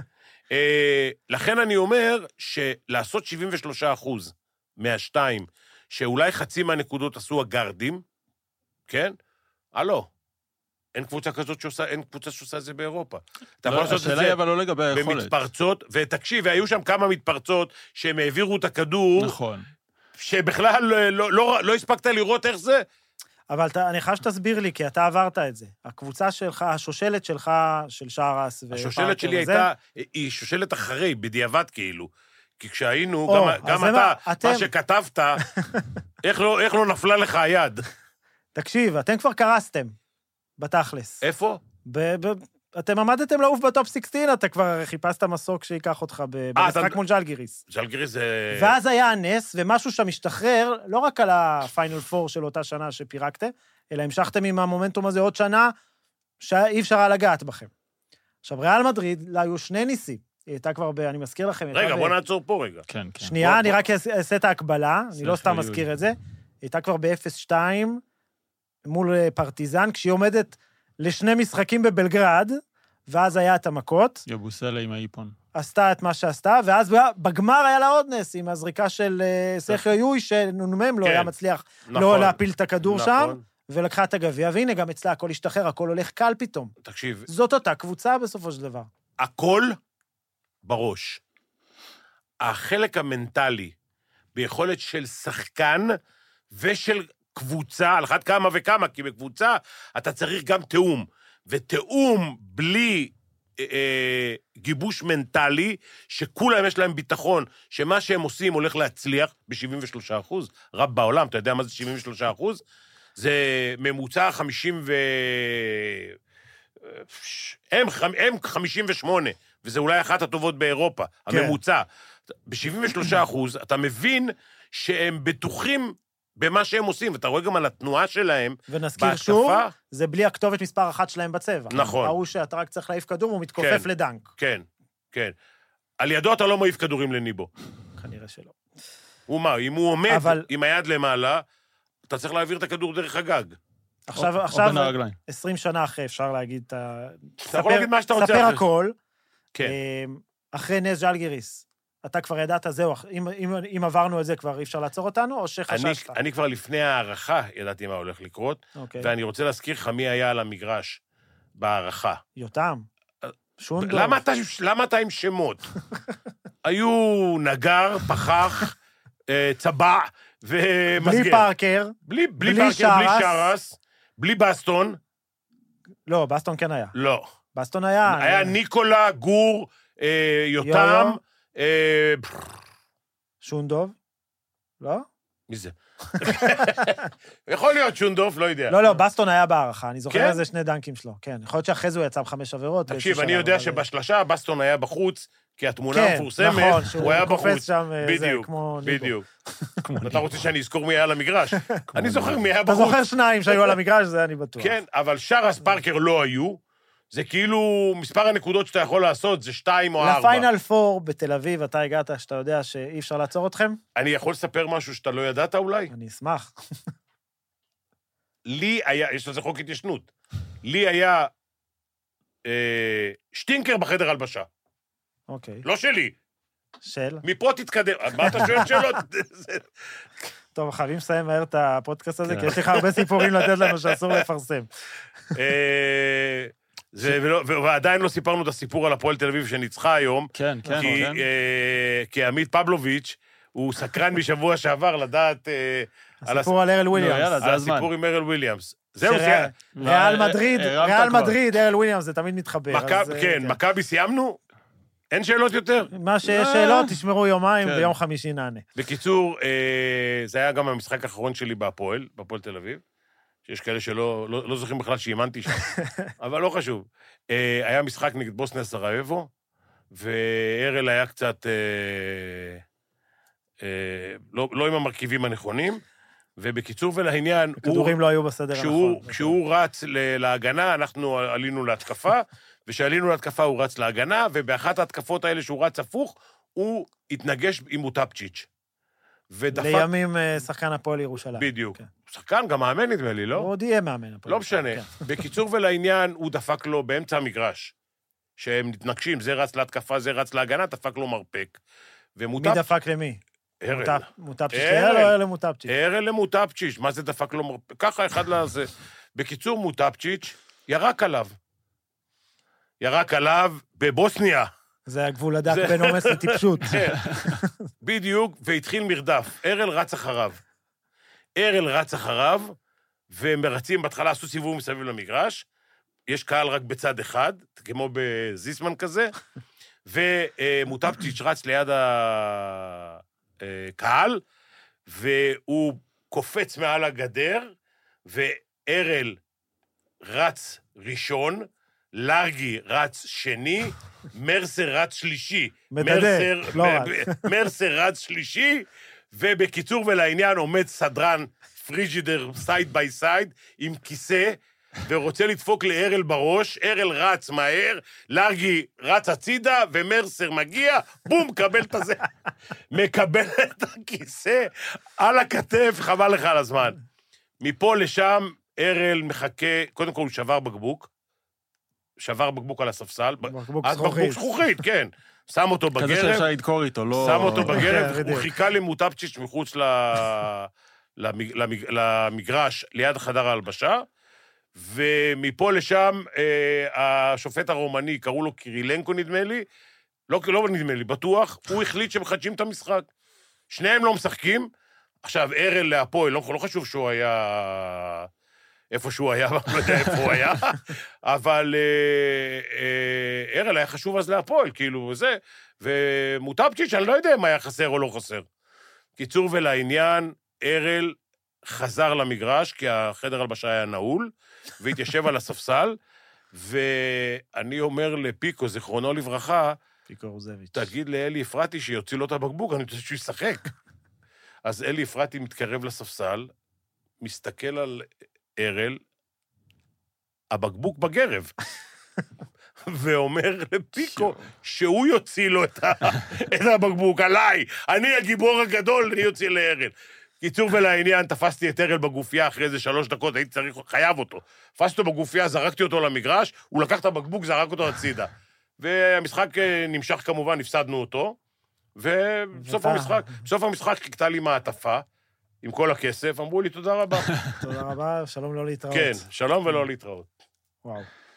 לכן אני אומר שלעשות שבעים ושלושה אחוז מהשתיים, שאולי חצי מהנקודות עשו הגרדים, כן? הלו, אין קבוצה כזאת שעושה, אין קבוצה שעושה את זה באירופה. אתה יכול לעשות את זה... השאלה היא אבל לא לגבי היכולת. במתפרצות, ותקשיב, והיו שם כמה מתפרצות שהם העבירו את הכדור, נכון. שבכלל לא, לא, לא הספקת לראות איך זה. אבל אתה, אני חייב שתסביר לי, כי אתה עברת את זה. הקבוצה שלך, השושלת שלך, של שרס ופארקר וזה... השושלת שלי הייתה, היא שושלת אחרי, בדיעבד כאילו. כי כשהיינו, או, גם, גם אתה, מה, אתם... מה שכתבת, איך, לא, איך לא נפלה לך היד? תקשיב, אתם כבר קרסתם, בתכלס. איפה? ב, ב, אתם עמדתם לעוף בטופ שש עשרה, אתה כבר חיפשת מסוק שיקח אותך במשחק אתה... מול ז'לגיריס. ז'לגיריס זה... ואז היה הנס, ומשהו שם משתחרר, לא רק על הפיינל פור של אותה שנה שפירקתם, אלא המשכתם עם המומנטום הזה עוד שנה, שאי אפשר היה לגעת בכם. עכשיו, ריאל מדריד, לה היו שני ניסים. היא הייתה כבר ב... אני מזכיר לכם... רגע, בוא ב... נעצור פה רגע. כן, כן. שנייה, בוא, אני בוא. רק אעשה את ההקבלה, אני לא סתם מזכיר את זה. היא הייתה כבר ב-אפס שתיים מול פרטיזן, כשהיא עומדת לשני משחקים בבלגרד, ואז היה את המכות. יבוסלה עם האיפון. עשתה את מה שעשתה, ואז בגמר היה לה עוד נס, עם הזריקה של סרחיו יוי, שנונמם לא היה מצליח לא להפיל את הכדור שם, ולקחה את הגביע, והנה גם אצלה הכל השתחרר, הכל הולך קל פתאום. תקשיב. זאת אותה קבוצה בסופו של דבר. הכל בראש. החלק המנטלי, ביכולת של שחקן ושל קבוצה, על אחת כמה וכמה, כי בקבוצה אתה צריך גם תאום. ותאום בלי אה, אה, גיבוש מנטלי, שכולם יש להם ביטחון, שמה שהם עושים הולך להצליח ב-שבעים ושלושה אחוז, רב בעולם, אתה יודע מה זה שבעים ושלושה אחוז? זה ממוצע חמישים ו... הם, הם חמישים ושמונה, וזה אולי אחת הטובות באירופה, כן. הממוצע. ב-שבעים ושלושה אחוז, אתה מבין שהם בטוחים במה שהם עושים, ואתה רואה גם על התנועה שלהם, ונזכיר בהתקפה, שוב, זה בלי הכתובת מספר אחת שלהם בצבע. נכון. ראו שאתה רק צריך להעיף כדור, הוא מתכופף כן, לדנק. כן, כן. על ידו אתה לא מעיף כדורים לניבו. כנראה שלא. הוא מה, אם הוא עומד אבל... עם היד למעלה, אתה צריך להעביר את הכדור דרך הגג. עכשיו, או, עכשיו או עשרים שנה אחרי, אפשר להגיד את ה... אתה יכול להגיד מה שאתה רוצה. ספר הכל. כן. אחרי נס ז'לגיריס. אתה כבר ידעת, זהו, אם, אם, אם עברנו את זה, כבר אי אפשר לעצור אותנו, או שחששת? אני, אני כבר לפני הערכה ידעתי מה הולך לקרות, okay. ואני רוצה להזכיר לך מי היה על המגרש בהערכה. יותם. שונדור. למה אתה, למה אתה עם שמות? היו נגר, פחח, צבע ומסגר. בלי פארקר. בלי, בלי, בלי פארקר, שרס. בלי שרס, בלי בסטון. לא, בסטון כן היה. לא. בסטון היה... היה אני... ניקולה, גור, אה, יותם, אה... שונדוב? לא? מי זה? יכול להיות שונדוב, לא יודע. לא, לא, בסטון היה בהערכה, אני זוכר איזה שני דנקים שלו, כן. יכול להיות שאחרי זה הוא יצא בחמש עבירות. תקשיב, אני יודע שבשלושה בסטון היה בחוץ, כי התמונה המפורסמת, הוא היה בחוץ. קופץ שם, בדיוק, בדיוק. אתה רוצה שאני אזכור מי היה על המגרש? אני זוכר מי היה בחוץ. אתה זוכר שניים שהיו על המגרש, זה אני בטוח. כן, אבל שרס פארקר לא היו. זה כאילו, מספר הנקודות שאתה יכול לעשות, זה שתיים או ארבע. לפיינל פור בתל אביב, אתה הגעת שאתה יודע שאי אפשר לעצור אתכם? אני יכול לספר משהו שאתה לא ידעת אולי? אני אשמח. לי היה, יש לזה חוק התיישנות, לי היה אה, שטינקר בחדר הלבשה. אוקיי. לא שלי. של? מפה תתקדם. מה אתה שואל שאלות? טוב, חייבים לסיים מהר את הפודקאסט הזה, כי יש לך הרבה סיפורים לתת לנו שאסור לפרסם. אה... זה, ולא, ועדיין לא סיפרנו את הסיפור על הפועל תל אביב שניצחה היום. כן, כן, כי, כן. אה, כי עמית פבלוביץ', הוא סקרן משבוע שעבר לדעת... הסיפור על ארל וויליאמס. יאללה, זה על הזמן. הסיפור עם ארל וויליאמס. זהו, זה... ריאל מדריד, הרמת ריאל כבר. מדריד, ארל וויליאמס, זה תמיד מתחבר. אז, כן, מכבי סיימנו? אין שאלות יותר? מה שיש שאלות, תשמרו יומיים, כן. ביום חמישי נענה. בקיצור, אה, זה היה גם המשחק האחרון שלי בהפועל, בהפועל תל אביב, שיש כאלה שלא לא, לא זוכרים בכלל שאימנתי שם, אבל לא חשוב. אה, היה משחק נגד בוסניה סרייבו, וארל היה קצת אה, אה, לא, לא עם המרכיבים הנכונים, ובקיצור ולעניין... כדורים לא היו בסדר כשהוא, הנכון. כשהוא רץ ל- להגנה, אנחנו עלינו להתקפה, וכשעלינו להתקפה הוא רץ להגנה, ובאחת ההתקפות האלה שהוא רץ הפוך, הוא התנגש עם מוטפצ'יץ'. ודפק... לימים אה, שחקן הפועל ירושלים. בדיוק. כן. שחקן, גם מאמן נדמה לי, לא? הוא עוד יהיה מאמן. הפועל לא משנה. ירושלים, כן. בקיצור ולעניין, הוא דפק לו באמצע המגרש. שהם מתנגשים, זה רץ להתקפה, זה רץ להגנה, דפק לו מרפק. ומוטפ... מי דפק למי? ארל. מוטפצ'יץ' ארל. לארל או ארל למוטפצ'יץ'? ארל למוטפצ'יץ', מה זה דפק לו מרפק? ככה אחד לזה. בקיצור, מוטפצ'יץ' ירק עליו. ירק עליו בבוסניה. זה הגבול הדק זה- בין עומס לטיפשות. כן, בדיוק, והתחיל מרדף. ארל רץ אחריו. ארל רץ אחריו, והם רצים, בהתחלה עשו סיבוב מסביב למגרש, יש קהל רק בצד אחד, כמו בזיסמן כזה, ומוטפצ'יץ' רץ ליד הקהל, והוא קופץ מעל הגדר, וארל רץ ראשון, לרגי רץ שני, מרסר רץ שלישי. מדדה, מרסר, לא מ- רץ. מרסר רץ שלישי, ובקיצור ולעניין עומד סדרן פריג'ידר סייד ביי סייד, עם כיסא, ורוצה לדפוק לארל בראש, ארל רץ מהר, לרגי רץ הצידה, ומרסר מגיע, בום, מקבל את הזה. מקבל את הכיסא על הכתף, חבל לך על הזמן. מפה לשם, ארל מחכה, קודם כל הוא שבר בקבוק, שבר בקבוק על הספסל. בקבוק אז זכוכית. בקבוק זכוכית, כן. שם אותו כזה בגרב, שאפשר לדקור איתו, לא... שם אותו בגרב, כן, הוא בדיוק. חיכה למוטפצ'יץ' מחוץ ל... למג... למג... למגרש, ליד חדר ההלבשה, ומפה לשם, אה, השופט הרומני, קראו לו קירילנקו נדמה לי, לא, לא נדמה לי, בטוח, הוא החליט שמחדשים את המשחק. שניהם לא משחקים, עכשיו, ארל להפועל, לא, לא חשוב שהוא היה... איפה שהוא היה, לא יודע איפה הוא היה, אבל אה, אה, ארל היה חשוב אז להפועל, כאילו, זה, ומוטפצ'יץ', אני לא יודע אם היה חסר או לא חסר. קיצור ולעניין, ארל חזר למגרש, כי החדר הלבשה היה נעול, והתיישב על הספסל, ואני אומר לפיקו, זיכרונו לברכה, פיקו רוזביץ'. תגיד לאלי אפרתי שיוציא לו את הבקבוק, אני רוצה שהוא ישחק. אז אלי אפרתי מתקרב לספסל, מסתכל על ארל, הבקבוק בגרב, ואומר לפיקו שהוא יוציא לו את, ה... את הבקבוק, עליי, אני הגיבור הגדול, אני יוציא לארל. קיצור ולעניין, תפסתי את ארל בגופייה אחרי איזה שלוש דקות, הייתי צריך, חייב אותו. תפסתי אותו בגופייה, זרקתי אותו למגרש, הוא לקח את הבקבוק, זרק אותו הצידה. והמשחק נמשך כמובן, הפסדנו אותו, ובסוף המשחק, בסוף המשחק קקתה לי מעטפה, עם כל הכסף, אמרו לי תודה רבה. תודה רבה, שלום לא להתראות. כן, שלום ולא להתראות. וואו.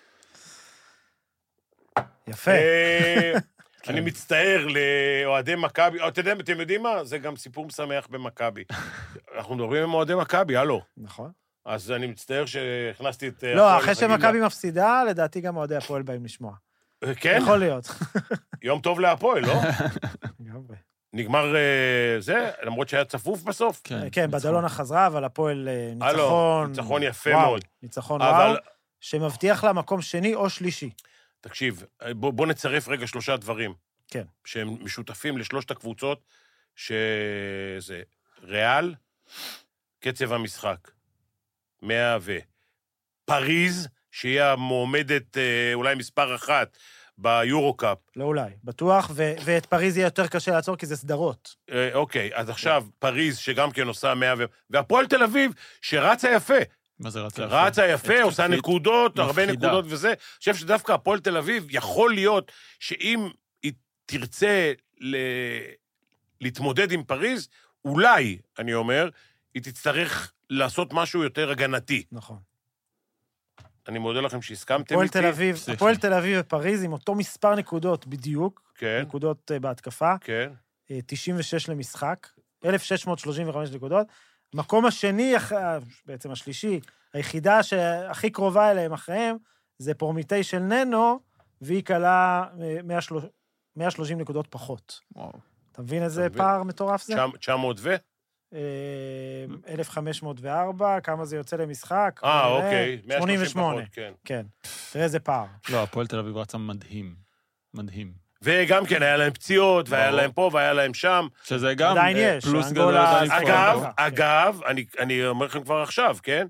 יפה. אה, אני מצטער לאוהדי מכבי, אתם יודעים, אתם יודעים מה? זה גם סיפור משמח במכבי. אנחנו מדברים עם אוהדי מכבי, הלו. נכון. אז אני מצטער שהכנסתי את... לא, אחרי שמכבי מפסידה, לדעתי גם אוהדי הפועל באים לשמוע. כן? יכול להיות. יום טוב להפועל, לא? לגמרי. נגמר אה, זה, למרות שהיה צפוף בסוף. כן, בדלונה חזרה, אבל הפועל אה, הלו, ניצחון... ניצחון יפה וואו, מאוד. ניצחון אבל- וואו, שמבטיח לה מקום שני או שלישי. תקשיב, בוא, בוא נצרף רגע שלושה דברים. כן. שהם משותפים לשלושת הקבוצות, שזה ריאל, קצב המשחק, מאה ו... פריז, שהיא המועמדת אה, אולי מספר אחת ביורו-קאפ. לא אולי, בטוח, ו- ואת פריז יהיה יותר קשה לעצור, כי זה סדרות. אה, אוקיי, אז עכשיו פריז, שגם כן עושה מאה ו... והפועל תל אביב, שרצה יפה. מה זה רצה יפה? רצה יפה, עושה התקפית נקודות, הרבה מפחידה. נקודות וזה. אני חושב שדווקא הפועל תל אביב יכול להיות שאם היא תרצה ל... להתמודד עם פריז, אולי, אני אומר, היא תצטרך לעשות משהו יותר הגנתי. נכון. אני מודה לכם שהסכמתם הפועל איתי. תל אביב, סליחה. הפועל תל אביב ופריז עם אותו מספר נקודות בדיוק, כן, נקודות אה, בהתקפה. כן. תשעים ושש למשחק, אלף שש מאות שלושים וחמש נקודות. מקום השני, בעצם השלישי, היחידה שהכי קרובה אליהם אחריהם, זה פורמיטי של ננו, והיא קלה מאה ושלושים נקודות פחות. וואו. אתה מבין איזה פער מטורף זה? תשע מאות ו? אלף חמש מאות וארבע, כמה זה יוצא למשחק? אה, אוקיי. שמונים ושמונה. כן. כן. תראה איזה פער. לא, הפועל תל אביב רצה מדהים. מדהים. וגם כן, היה להם פציעות, והיה להם פה, והיה להם שם. שזה גם עדיין יש, פלוס גדול. אנגולה- לאליפות. אגב, כן. אגב, אני, אני אומר לכם כבר עכשיו, כן?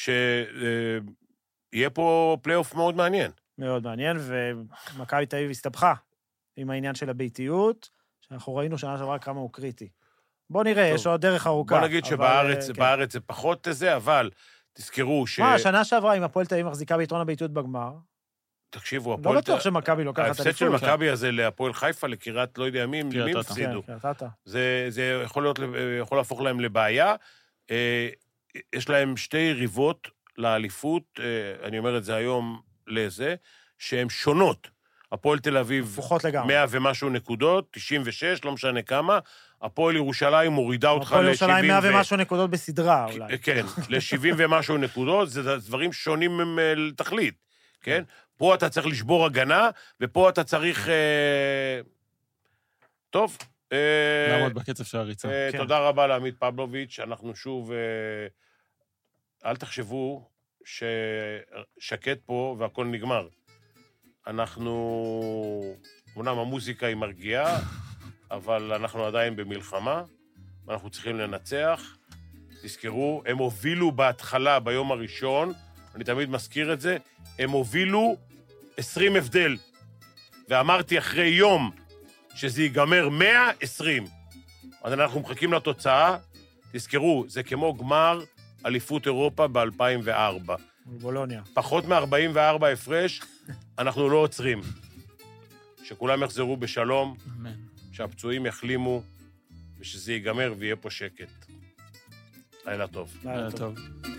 שיהיה פה פלייאוף מאוד מעניין. מאוד מעניין, ומכבי תל אביב הסתבכה עם העניין של הביתיות, שאנחנו ראינו שנה שעברה כמה הוא קריטי. בוא נראה, טוב. יש עוד דרך ארוכה. בוא נגיד אבל, שבארץ כן. בארץ זה פחות זה, אבל תזכרו ש... מה, השנה שעברה, אם הפועל תל אביב מחזיקה ביתרון הביתיות בגמר, תקשיבו, לא הפועל... בטוח שמכבי לוקחת ההפסד של אליפות. מכבי הזה להפועל חיפה, לקריית לא יודע מי, מי קריית אתא. הפסידו. כן, קריית אתא. זה, זה יכול להיות, יכול להפוך להם לבעיה. אה, יש להם שתי יריבות לאליפות, אה, אני אומר את זה היום לזה, שהן שונות. הפועל תל אביב, הפוכות לגמרי. מאה ומשהו נקודות, תשעים ושש, לא משנה כמה. הפועל ירושלים מורידה אותך הפועל ל-שבעים ירושלים מאה ומשהו נקודות בסדרה, אולי. כן, ל-שבעים ומשהו נקודות, זה דברים שונים הם אה, לתכלית, כן? פה אתה צריך לשבור הגנה, ופה אתה צריך... אה... טוב. אה... לעמוד בקצב של הריצה. אה, כן. תודה רבה לעמית פבלוביץ', אנחנו שוב... אה... אל תחשבו ששקט פה והכל נגמר. אנחנו... אומנם המוזיקה היא מרגיעה, אבל אנחנו עדיין במלחמה, ואנחנו צריכים לנצח. תזכרו, הם הובילו בהתחלה, ביום הראשון, אני תמיד מזכיר את זה, הם הובילו עשרים הבדל. ואמרתי אחרי יום שזה ייגמר מאה ועשרים. אז אנחנו מחכים לתוצאה. תזכרו, זה כמו גמר אליפות אירופה ב-אלפיים וארבע. בולוניה. פחות מ-ארבעים וארבע הפרש, אנחנו לא עוצרים. שכולם יחזרו בשלום, אמן. שהפצועים יחלימו, ושזה ייגמר ויהיה פה שקט. לילה טוב. לילה לילה טוב. טוב.